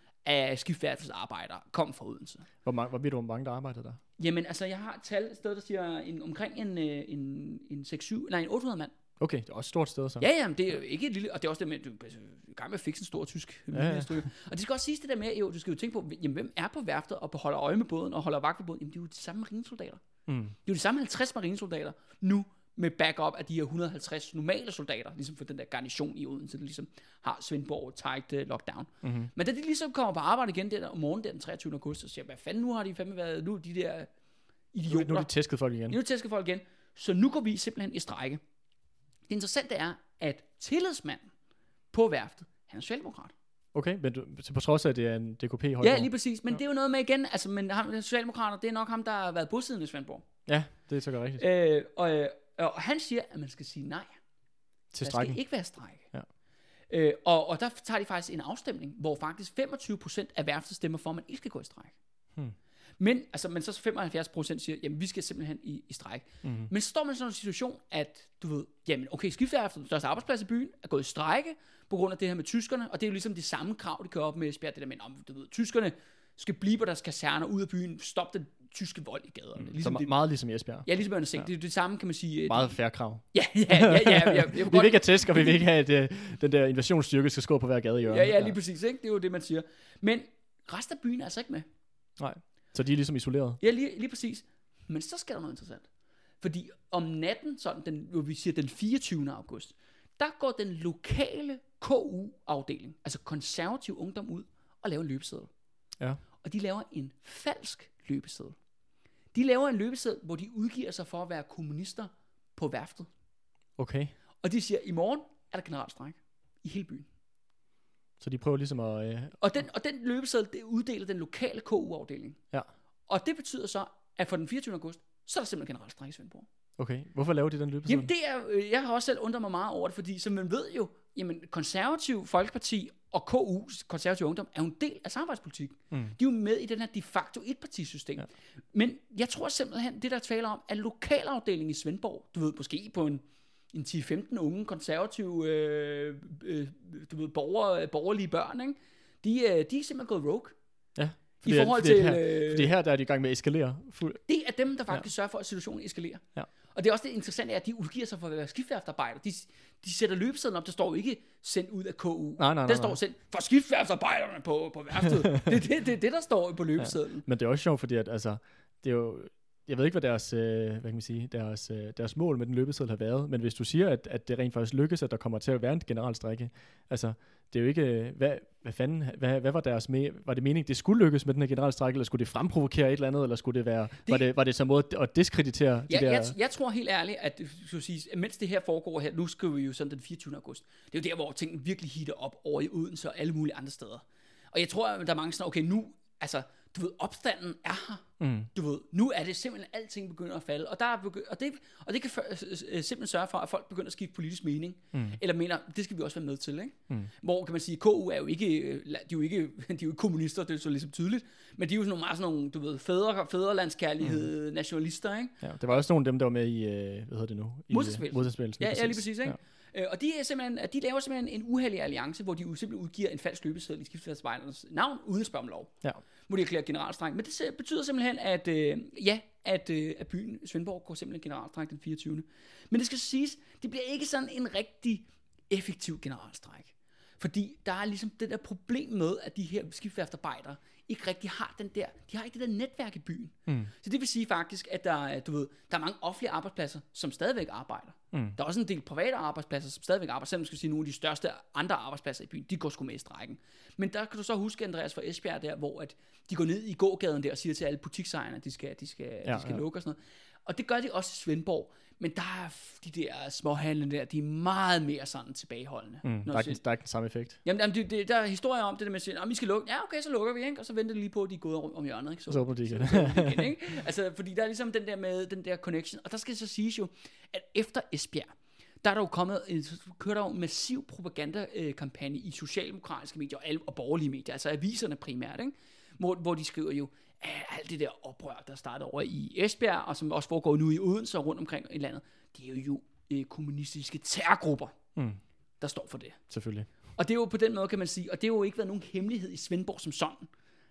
af skibsværftets arbejdere kom fra Odense. Hvor, mange, hvor ved du, hvor mange der arbejder der? Jamen, altså, jeg har et tal et sted, der siger en, omkring en, en, en seks syv, nej, en otte hundrede mand. Okay, det er også et stort sted så. Ja, ja, men det er jo ikke et lille, og det er også det med, at du er i gang med at fikse en stor tysk ja, ja. Og det skal også siges det der med, jo, du skal jo tænke på, jamen, hvem er på værftet og holder øje med båden og holder vagt ved båden? Jamen, det er jo de samme marinesoldater. Mm. Det er jo de samme halvtreds marinesoldater nu med backup af de her et hundrede og halvtreds normale soldater, ligesom for den der garnison i Odense, der ligesom har Svendborg tight uh, lockdown. Mm-hmm. Men da de ligesom kommer på arbejde igen der om morgenen der den treogtyvende august, så siger jeg, hvad fanden, nu har de fandme været, nu de der idioter. Nu er de tæsket folk igen. Nu er de tæsket folk igen. Så nu går vi simpelthen i strejke. Det interessante er, at tillidsmanden på værftet, han er socialdemokrat. Okay, men du, på trods af, at det er en D K P-hold. Ja, lige præcis. Men ja. det er jo noget med igen, altså, men ham, socialdemokrater, det er nok ham, der har været bosiddende i Svendborg. Ja, det er så godt rigtigt. Øh, og, og han siger, at man skal sige nej. Til der strækken. skal ikke være strejke. Ja. Øh, og, og der tager de faktisk en afstemning, hvor faktisk femogtyve procent af værftet stemmer for, at man ikke skal gå i strejke. Hmm. Men, altså, men så femoghalvfjerds procent siger, jamen vi skal simpelthen i, i strejke. Mm-hmm. Men så står man i sådan en situation, at du ved, jamen okay, skibsværftet, den største arbejdsplads i byen, er gået i strejke på grund af det her med tyskerne, og det er jo ligesom det samme krav, de kører op med Esbjerg, det der med, om du ved, tyskerne skal blive på deres kaserner ud af byen, stop den tyske vold i gaderne. Mm, ligesom så det, meget ligesom Esbjerg. Ja, ligesom jeg ja. Det er det samme, kan man sige. Meget fair krav. Ja, ja, ja. ja, ja, ja vi vil ikke have tæsk, og vi vil ikke have, at uh, den der invasionsstyrke skal skå på hver gade i hjørnet. Ja, ja, lige ja. præcis, ikke? Det er jo det, man siger. Men resten af byen er altså ikke med. Nej. Så de er ligesom isoleret? Ja, lige, lige præcis. Men så sker der noget interessant. Fordi om natten, sådan den, hvor vi siger den fireogtyvende august, der går den lokale K U-afdeling, altså konservativ ungdom, ud og laver en løbeseddel. Ja. Og de laver en falsk løbeseddel. De laver en løbeseddel, hvor de udgiver sig for at være kommunister på værftet. Okay. Og de siger, i morgen er der generalstrejke i hele byen. Så de prøver ligesom at... Øh... Og, den, og den løbeseddel, det uddeler den lokale K U-afdeling. Ja. Og det betyder så, at for den fireogtyvende august, så er der simpelthen generalstrejke i Svendborg. Okay, hvorfor laver de den løbeseddel? Jamen det er, jeg har også selv undret mig meget over det, fordi som man ved jo, jamen konservativ Folkeparti og K U, konservativ ungdom, er jo en del af samarbejdspolitik. Mm. De er jo med i den her de facto etpartisystem. Ja. Men jeg tror simpelthen, det der taler om, at lokalafdelingen i Svendborg, du ved, måske på en, en ti til femten unge konservative øh, øh, du ved, borger, borgerlige børn, ikke? De, øh, de er simpelthen gået rogue. Ja. Fordi, I forhold fordi til... Her, fordi her der er de i gang med at eskalere. Fuld... Det er dem, der faktisk ja. sørger for, at situationen eskalerer. Ja. Og det er også det interessante, at de udgiver sig for at være skibsværftsarbejdere. De, de sætter løbesedlen op, der står jo ikke sendt ud af K U. Nej, nej, nej, der står sendt for skibsværftsarbejderne på, på værftet. det er det, det, det, der står på løbesedlen. Ja. Men det er også sjovt, fordi at, altså, det er jo... Jeg ved ikke, hvad deres, øh, hvad kan man sige, deres, øh, deres mål med den løbeseddel har været, men hvis du siger, at, at det rent faktisk lykkes, at der kommer til at være en generalstrække, altså, det er jo ikke, hvad, hvad fanden, hvad, hvad var deres, me, var det mening, det skulle lykkes med den her generalstrejke, eller skulle det fremprovokere et eller andet, eller skulle det være, det, var det, var det så måde at diskreditere ja, de der... Jeg, jeg tror helt ærligt, at, skal sige, mens det her foregår her, nu skriver vi jo sådan den fireogtyvende august, det er jo der, hvor tingene virkelig hitter op over i Odense og alle mulige andre steder. Og jeg tror, at der er mange sådan, okay, nu, altså, du ved, opstanden er her. Mm. Du ved, nu er det simpelthen, alting begynder at falde. Og, der er begy- og, det, og det kan for, simpelthen sørge for, at folk begynder at skifte politisk mening. Mm. Eller mener, det skal vi også være med til, ikke? Mm. Hvor kan man sige, K U er jo ikke, de er jo ikke, de er jo ikke kommunister, det er så ligesom tydeligt. Men de er jo sådan nogle, meget sådan nogle, du ved, fædre, fædrelandskærlighed, mm. nationalister, ikke? Ja, det var også nogle af dem, der var med i, hvad hedder det nu? Modstandsbevægelsen. Ja, ja, lige præcis, ikke? Ja. Og de, er simpelthen, de laver simpelthen en uheldig alliance, hvor de jo simpelthen udgiver en falsk løbeseddel i skiftedagsarbejdernes navn, uden at spørge om lov. Ja. Hvor de erklærer generalstrejke. Men det betyder simpelthen, at, øh, ja, at, øh, at byen Svendborg går simpelthen generalstrejke den fireogtyvende Men det skal siges, det bliver ikke sådan en rigtig effektiv generalstrejke. Fordi der er ligesom det der problem med, at de her skibsværftarbejdere ikke rigtig har den der, de har ikke det der netværk i byen. Mm. Så det vil sige faktisk, at der, du ved, der er mange offentlige arbejdspladser, som stadigvæk arbejder. Mm. Der er også en del private arbejdspladser, som stadigvæk arbejder, selvom man skal sige, nogle af de største andre arbejdspladser i byen, de går sgu med i strejken. Men der kan du så huske, Andreas, fra Esbjerg der, hvor at de går ned i gågaden der og siger til alle butiksejerne, at de skal, de skal, ja, de skal ja. lukke og sådan noget. Og det gør de også i Svendborg. Men der er de der småhandlende der, de er meget mere sådan tilbageholdende. Mm, der, er ikke, der er ikke den samme effekt. Jamen, jamen det, det, der er historier om det der med at sige, vi skal lukke. Ja, okay, så lukker vi, ikke? Og så venter de lige på, at de er gået om, om hjørnet, ikke? Så, så åbner de igen. igen, ikke? Altså, fordi der er ligesom den der med den der connection. Og der skal så siges jo, at efter Esbjerg, der er der jo kommet, kører der jo en massiv propagandakampagne i socialdemokratiske medier og, og borgerlige medier, altså aviserne primært, ikke? Hvor, hvor de skriver jo, alt det der oprør, der starter over i Esbjerg, og som også foregår nu i Odense og rundt omkring i landet, det er jo øh, kommunistiske terrorgrupper, mm. der står for det. Selvfølgelig. Og det er jo på den måde, kan man sige, og det har jo ikke været nogen hemmelighed i Svendborg som sådan,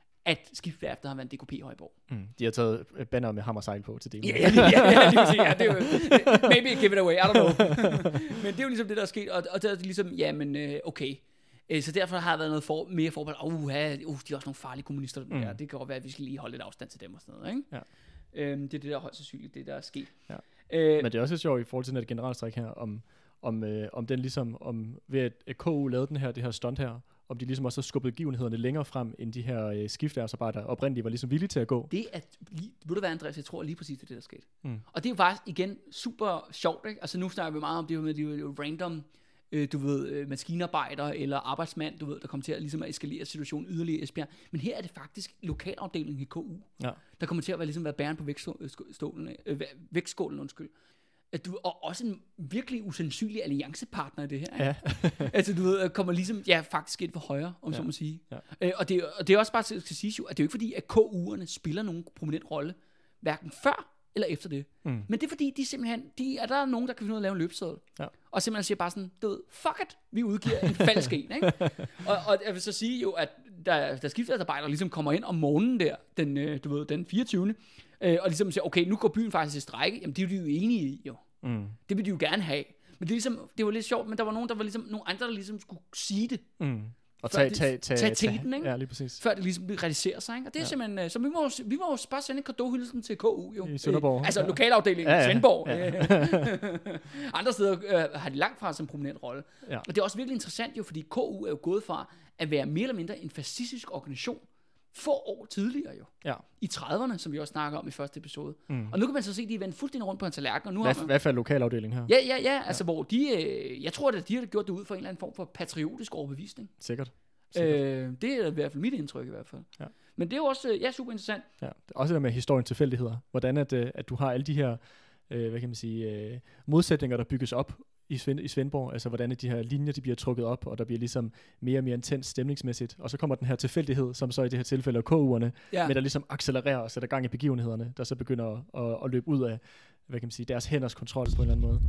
at skibsværftet har været en D K P-højborg. Mm. De har taget banner med hammer sejl på til det. Ja, ja, ja, ja, ja, ja, det er jo, maybe give it away, I don't know. Men det er jo ligesom det, der er sket, og, og det er ligesom, jamen, øh, okay. Så derfor har der været noget for, mere forbehold. Uh, uh, de er også nogle farlige kommunister. Mm. Ja, det kan godt være, at vi skal lige holde lidt afstand til dem og sådan noget. Ikke? Ja. Øhm, det er det, der er højst sandsynligt, det der er sket. Ja. Øh, Men det er også sjovt i forhold til den her generalstræk her, om, om, øh, om den ligesom, om ved at K U lavede den her, det her stunt her, om de ligesom også har skubbet begivenhederne længere frem, end de her øh, skibsværftarbejdere oprindeligt var ligesom villige til at gå. Det er, lige, ved du hvad, Andreas, jeg tror lige præcis, det er det, der skete. Mm. Og det er jo faktisk igen super sjovt, ikke? Altså nu snakker vi meget om det med de random, øh, du ved, øh, maskinarbejder eller arbejdsmand, du ved, der kommer til at ligesom at eskalere situationen yderligere i Esbjerg. Men her er det faktisk lokalafdelingen i K U, ja. der kommer til at være ligesom være bæren på vægtskålen, øh, vægtskålen, undskyld. At du, og også en virkelig usandsynlig alliancepartner i det her, ikke? Ja. Altså du ved, kommer ligesom, ja, faktisk ind for højre, om ja. så må sige. Ja. Øh, og, det, og det er også bare til at sige jo, at det er jo ikke fordi, at K U'erne spiller nogen prominent rolle, hverken før eller efter det. Mm. Men det er fordi, de simpelthen, de, er der nogen, der kan finde ud af at lave en løbeseddel. Ja. Og simpelthen siger bare sådan, du ved, fuck it, vi udgiver en falsk en, ikke? og, og jeg vil så sige jo, at der, der skibsværftarbejdere ligesom kommer ind om morgenen der, den, øh, du ved, den fireogtyvende Øh, og ligesom siger, okay, nu går byen faktisk til strejke. Jamen, det er de jo enige i, jo. Mm. Det vil de jo gerne have. Men det, er ligesom, det var lidt sjovt, men der var nogen, der var ligesom, nogle andre, der ligesom skulle sige det. Mm. Og tage, tage, tage, tage teten, ikke? Ja, lige præcis. Før det ligesom realiserer sig, ikke? Og det er ja. simpelthen, så vi må, vi må bare sende en cadeauhyldelsen til K U, jo. I Sønderborg. Øh, altså ja. lokalafdelingen ja, ja. i Svendborg. Ja. Andre steder øh, har de langt fra som prominent rolle. Ja. Og det er også virkelig interessant, jo, fordi K U er jo gået fra at være mere eller mindre en fascistisk organisation, få år tidligere jo. Ja. I trediverne, som vi også snakker om i første episode. Mm. Og nu kan man så se, at de er vendt fuldstændig rundt på en tallerken. Og nu hvad, har man... hvad for en lokalafdeling her? Ja, ja, ja. Altså, ja. hvor de... Øh, jeg tror, at de har gjort det ud for en eller anden form for patriotisk overbevisning. Sikkert. Øh, det er i hvert fald mit indtryk i hvert fald. Ja. Men det er jo også ja, super interessant. Ja. Det er også det med historiens tilfældigheder. Hvordan at, at du har alle de her øh, hvad kan man sige, øh, modsætninger, der bygges op i, Svend, i Svendborg. Altså hvordan de her linjer de bliver trukket op, og der bliver ligesom mere og mere intens stemningsmæssigt. Og så kommer den her tilfældighed, som så i det her tilfælde er K U'erne, ja. men der ligesom accelererer og sætter gang i begivenhederne, der så begynder at, at, at løbe ud af hvad kan man sige, deres hænders kontrol på en eller anden måde.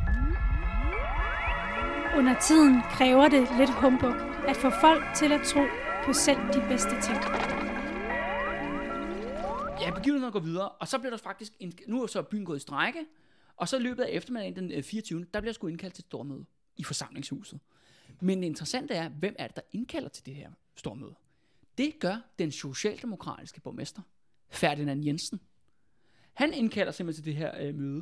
Under tiden kræver det lidt humbug at få folk til at tro på selv de bedste ting. Ja, begivenhederne går videre, og så bliver der faktisk, nu er så byen gået i strejke, og så i løbet af eftermiddagen den fireogtyvende der bliver sgu indkaldt til et stormøde i forsamlingshuset. Men det interessante er, hvem er det, der indkalder til det her stormøde? Det gør den socialdemokratiske borgmester, Ferdinand Jensen. Han indkalder simpelthen til det her øh, møde,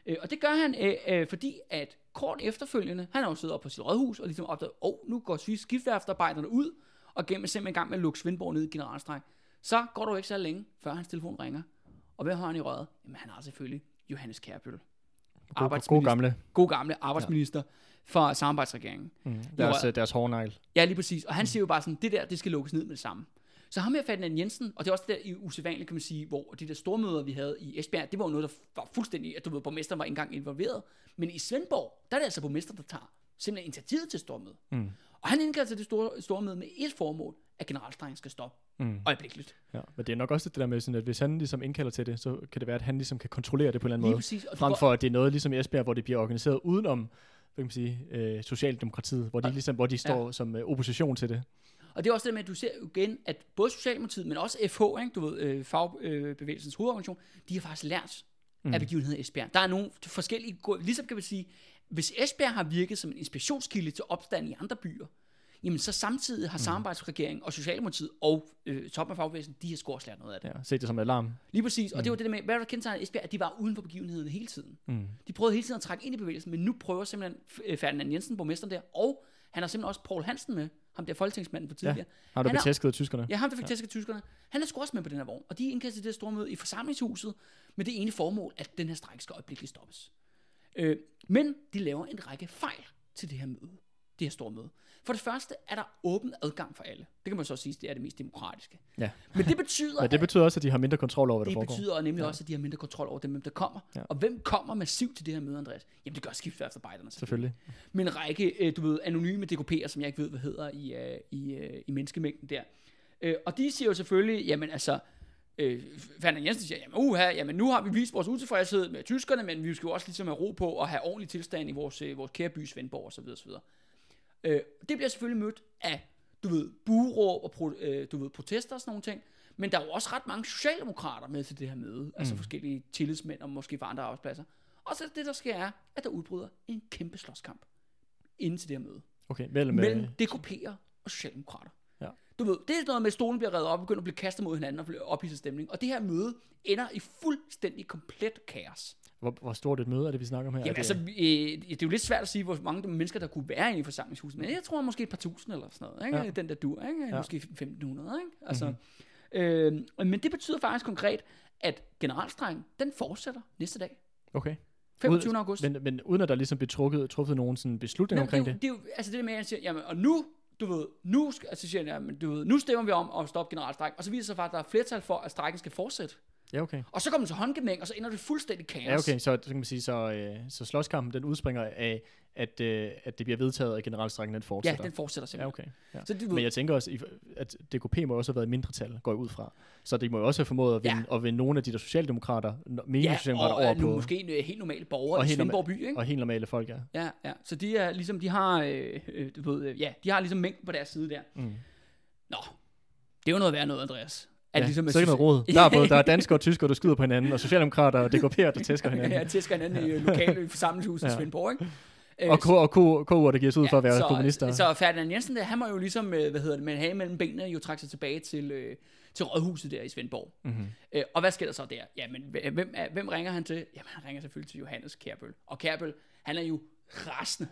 Øh, og det gør han, øh, øh, fordi at kort efterfølgende, han har jo siddet op på sit rådhus, og ligesom opdaget, åh, oh, nu går skibsværftarbejderne ud, og gennem simpelthen i gang med at lukke Svendborg ned i generalstræk. Så går du ikke så længe, før hans telefon ringer. Og hvem har han i røret? Jamen, han har selvfølgelig Johannes Kjærbøl. God, god gamle. God gamle arbejdsminister ja. fra samarbejdsregeringen. Mm, deres, deres hårdnegl. Ja, lige præcis. Og han mm. siger jo bare sådan, det der, det skal lukkes ned med det samme. Så ham her Ferdinand Jensen, og det er også det der usædvanligt, kan man sige, hvor de der stormøder, vi havde i Esbjerg, det var jo noget, der var fuldstændig, at du ved, borgmesteren var ikke engang involveret. Men i Svendborg, der er det altså borgmesteren, der tager simpelthen initiativet til stormøde. Mm. Og han indkalder til det store stormøde med et formål, at generalstrejken skal stoppe mm. øjeblikkeligt. Ja, men det er nok også det der med, sådan, at hvis han ligesom indkalder til det, så kan det være, at han ligesom kan kontrollere det på en eller anden lige måde. Præcis, frem for, at det er noget ligesom i Esbjerg, hvor det bliver organiseret udenom, hvad kan man sige, øh, Socialdemokratiet, hvor de, ligesom, hvor de står ja. som øh, opposition til det. Og det er også det med, at du ser igen, at både Socialdemokratiet, men også F H, ikke, du ved, øh, fagbevægelsens øh, hovedorganisation, de har faktisk lært mm. af begivenheden i Esbjerg. Der er nogle forskellige, ligesom kan man sige, hvis Esbjerg har virket som en inspirationskilde til opstand i andre byer, jamen så samtidig har mm. samarbejdsregeringen og Socialdemokratiet og øh, toppen af fagbevægelsen, de har sgu også lært noget af det. Ja, set det som alarm. Lige præcis, og mm. det var det der med, hvad der kendetegner Esbjerg, at de var uden for begivenheden hele tiden. Mm. De prøvede hele tiden at trække ind i bevægelsen, men nu prøver simpelthen Ferdinand Jensen, borgmesteren der, og han har simpelthen også Poul Hansen med, ham der folketingsmanden for tidligere. Ja, ham der fik tæsket af tyskerne. Ja, ham der fik ja. tæsket af tyskerne. Han er sgu også med på den her vogn, og de er indkaldt til det store møde i forsamlingshuset, med det ene formål, at den her strejke skal øjeblikkeligt stoppes. Øh, men de laver en række fejl til det her møde, det her store møde. For det første er der åben adgang for alle. Det kan man så sige, det er det mest demokratiske. Ja. Men det betyder, Men det betyder også, at de har mindre kontrol over, hvad der foregår. Det betyder nemlig ja. også, at de har mindre kontrol over dem, hvem der kommer. Ja. Og hvem kommer massivt til det her møde, Andreas? Jamen det gør skibsværftarbejderne selvfølgelig. selvfølgelig. Med en række, du ved, anonyme D K P'er, som jeg ikke ved, hvad hedder i, i, i menneskemængden der. Og de siger jo selvfølgelig, jamen altså, Øh, Ferdinand Jensen siger, jamen, uha, jamen nu har vi vist vores utilfredshed med tyskerne, men vi skal jo også ligesom have ro på og have ordentlig tilstand i vores, øh, vores kære by Svendborg og så videre, så videre. Øh, det bliver selvfølgelig mødt af, du ved, bueråb og pro, øh, du ved, protester og sådan nogle ting, men der er jo også ret mange socialdemokrater med til det her møde, mm. altså forskellige tillidsmænd og måske fra andre arbejdspladser. Og så det, der sker, er, at der udbryder en kæmpe slåskamp inden til det her møde. Okay, mellem, mellem D K P'er og socialdemokrater. Ja. Du ved, det er noget med, at stolen bliver revet op og begynder at blive kastet mod hinanden og bliver ophidset stemning. Og det her møde ender i fuldstændig komplet kaos. Hvor, hvor stort et møde er det, vi snakker om her? Jamen altså, øh, det er jo lidt svært at sige, hvor mange mennesker, der kunne være inde i forsamlingshuset. Men jeg tror måske et par tusind eller sådan noget. Ikke? Ja. Den der dur, ikke? Ja. Måske femten hundrede. Ikke? Altså, mm-hmm. øh, men det betyder faktisk konkret, at generalstrejken, den fortsætter næste dag. Okay. femogtyvende august. Men, men uden at der ligesom bliver trukket, truffet nogen sådan beslutning omkring det? Det, det er jo, altså det der med, at jeg siger, jamen, og nu, du ved, nu, altså siger jeg, men du ved, nu stemmer vi om at stoppe generalstrejken, og så viser det sig faktisk, at der er flertal for, at strejken skal fortsætte. Ja, okay. Og så kommer den til håndgemæng, og så ender det fuldstændig kaos. Ja, okay, så, så kan man sige, så, øh, så slåskampen, den udspringer af, at, øh, at det bliver vedtaget, at generalstrejken den fortsætter. Ja, den fortsætter simpelthen. Ja, okay. Ja. Så det, men jeg tænker også, at D K P må også have været mindretal, går jeg ud fra. Så det må jo også have formået at vinde, ja. at vinde nogle af de der socialdemokrater, menige ja, socialdemokrater over på... Ja, og måske helt normale borgere i Svendborg by, ikke? Og helt normale folk, ja. Ja, ja. Så de er ligesom, de har, øh, øh, du ved, ja, de har ligesom mængden på deres side der. Mm. Nå, det er jo noget værd noget, Andreas. Ja, ligesom så ikke noget råd. Der er både der er danskere og tyskere, der skyder på hinanden, og socialdemokrater og D K P'er, der tæsker hinanden. Ja, tæsker hinanden i lokale forsamlingshus i Svendborg, ikke? Og K og K og der giver sig ud for at være så, kommunister. Så Ferdinand Jensen der, han må jo ligesom, hvad hedder det, med en hage mellem benene, jo trække sig tilbage til, øh, til rådhuset der i Svendborg. Mm-hmm. Øh, og hvad sker der så der? Jamen, hvem, hvem ringer han til? Jamen, han ringer selvfølgelig til Johannes Kjærbøl. Og Kjærbøl, han er jo rasende.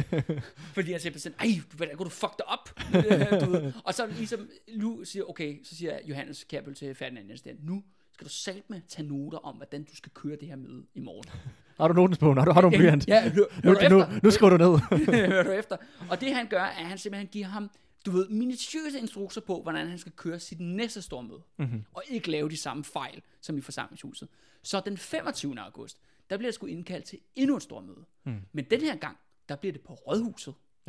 Fordi han siger sådan, ej, du ved da, går du fuck dig op? Du ved. Og så ligesom, nu siger, okay, så siger Johannes Kjærbøl til Ferdinand Jensen, nu skal du satme tage noter om, hvordan du skal køre det her møde i morgen. Har du notensbogen? Har du, har du en blyant? Ja, hør, hør nu, nu, nu skriver du ned. Hør du efter. Og det han gør, er, at han simpelthen giver ham, du ved, minutiøse instrukser på, hvordan han skal køre sit næste stormøde. Mm-hmm. Og ikke lave de samme fejl, som i forsamlingshuset. Så den femogtyvende august, der bliver der sgu indkaldt til endnu et stormøde. Mm. Men den her gang, der bliver det på Rådhuset. Ja.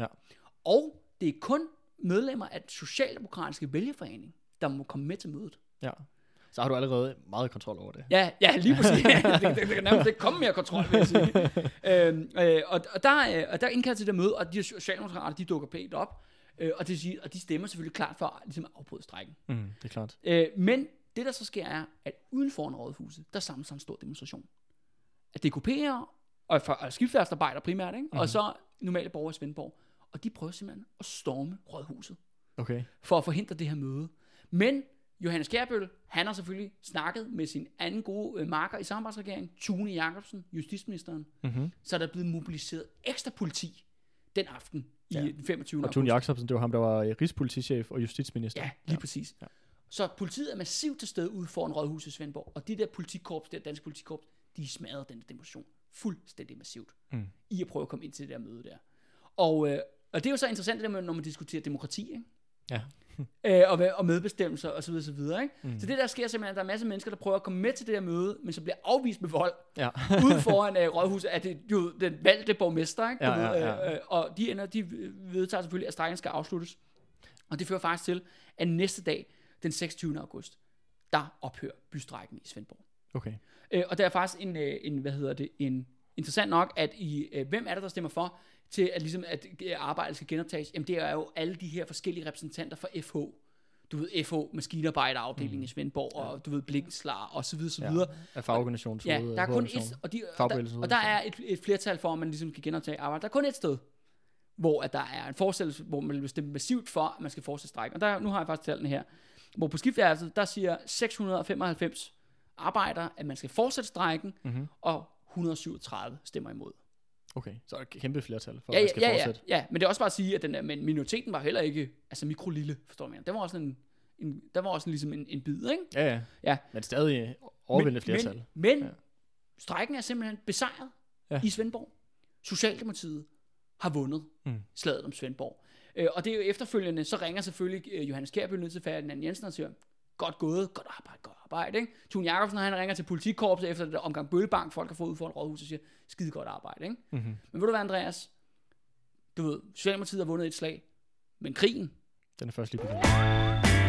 Og det er kun medlemmer af den socialdemokratiske vælgerforening, der må komme med til mødet. Ja. Så har du allerede meget kontrol over det. Ja, ja, lige præcis. det, det, det kan nærmest ikke komme mere kontrol, vil jeg sige. øhm, øh, og, og der, øh, og der indkalder til det møde, og de socialdemokrater, de dukker pænt op, øh, og, det, og de stemmer selvfølgelig klart for ligesom at afbryde strejken. Mm, det er klart. Øh, men det, der så sker, er, at uden for rådhuset, der samles en stor demonstration. At D K P'er og, og skibsværftarbejdere primært, ikke? Mm. Og så normale borgere i Svendborg. Og de prøver simpelthen at storme rådhuset. Okay. For at forhindre det her møde. Men Johannes Kjærbøl, han har selvfølgelig snakket med sin anden gode øh, marker i samarbejdsregeringen, Tune Jacobsen, justitsministeren. Mm-hmm. Så er der blevet mobiliseret ekstra politi den aften i ja. den femogtyvende Og Tune Jacobsen, det var ham, der var rigspolitichef og justitsminister. Ja, lige ja. præcis. Ja. Så politiet er massivt til stede ude foran Rådhuset i Svendborg, og de der politikorps, der danske politikorps, de smadrede den demonstration fuldstændig massivt mm. i at prøve at komme ind til det der møde der. Og, øh, og det er jo så interessant, det der, når man diskuterer demokrati, ikke? Ja. øh, og, og medbestemmelser og så videre, så videre, ikke? Mm. Så det der sker simpelthen, at der er en masse mennesker, der prøver at komme med til det der møde, men så bliver afvist med vold ja. ude foran øh, Rådhuset, at det jo den valgte borgmester, ikke? Ja, ja, ja. Øh, og de ender, de vedtager selvfølgelig, at strejken skal afsluttes. Og det fører faktisk til, at næste dag, den seksogtyvende august, der ophører bystrejken i Svendborg. Okay. Øh, og der er faktisk en, en, hvad hedder det, en interessant nok, at i, øh, hvem er det, der stemmer for, til at, ligesom, at arbejdet skal genoptages? Jamen det er jo alle de her forskellige repræsentanter fra F H. Du ved, F H, maskinarbejderafdelingen mm. i Svendborg, og ja. du ved, Blinkslar, og så videre, så videre. Ja, af fagorganisations ja, der er kun et, og, de, og, der, og der er et, et flertal for, at man ligesom skal genoptage arbejdet. Der er kun et sted, hvor at der er en forsættelse, hvor man vil stemme massivt for, at man skal fortsætte strække. Og der, nu har jeg faktisk tallene her. Hvor på skiftværelset, der siger seks hundrede femoghalvfems arbejdere, at man skal fortsætte strejken, mm-hmm. og et hundrede og syvogtredive stemmer imod. Okay, så er det et kæmpe flertal for, ja, at man skal ja, fortsætte. Ja, ja, men det er også bare at sige, at den der, men minoriteten var heller ikke, altså mikrolille, forstår man. Den var også en, en der var også ligesom en, en bid, ikke? Ja, ja, ja. Men stadig overvældende flertal. Men, men ja. strejken er simpelthen besejret ja. i Svendborg. Socialdemokratiet har vundet mm. slaget om Svendborg. Øh, og det er jo efterfølgende, så ringer selvfølgelig øh, Johannes Kjærbøl ned til Ferdinand Jensen og siger, godt gået, godt arbejde, godt arbejde, ikke? Tune Jacobsen, han ringer til politikorpset efter det omgang Bøllebank, folk har fået ud foran Rådhuset og siger, skide godt arbejde, ikke? Mm-hmm. Men ved du hvad, Andreas? Du ved, Socialdemokratiet har vundet et slag, men krigen, den er først lige begyndt.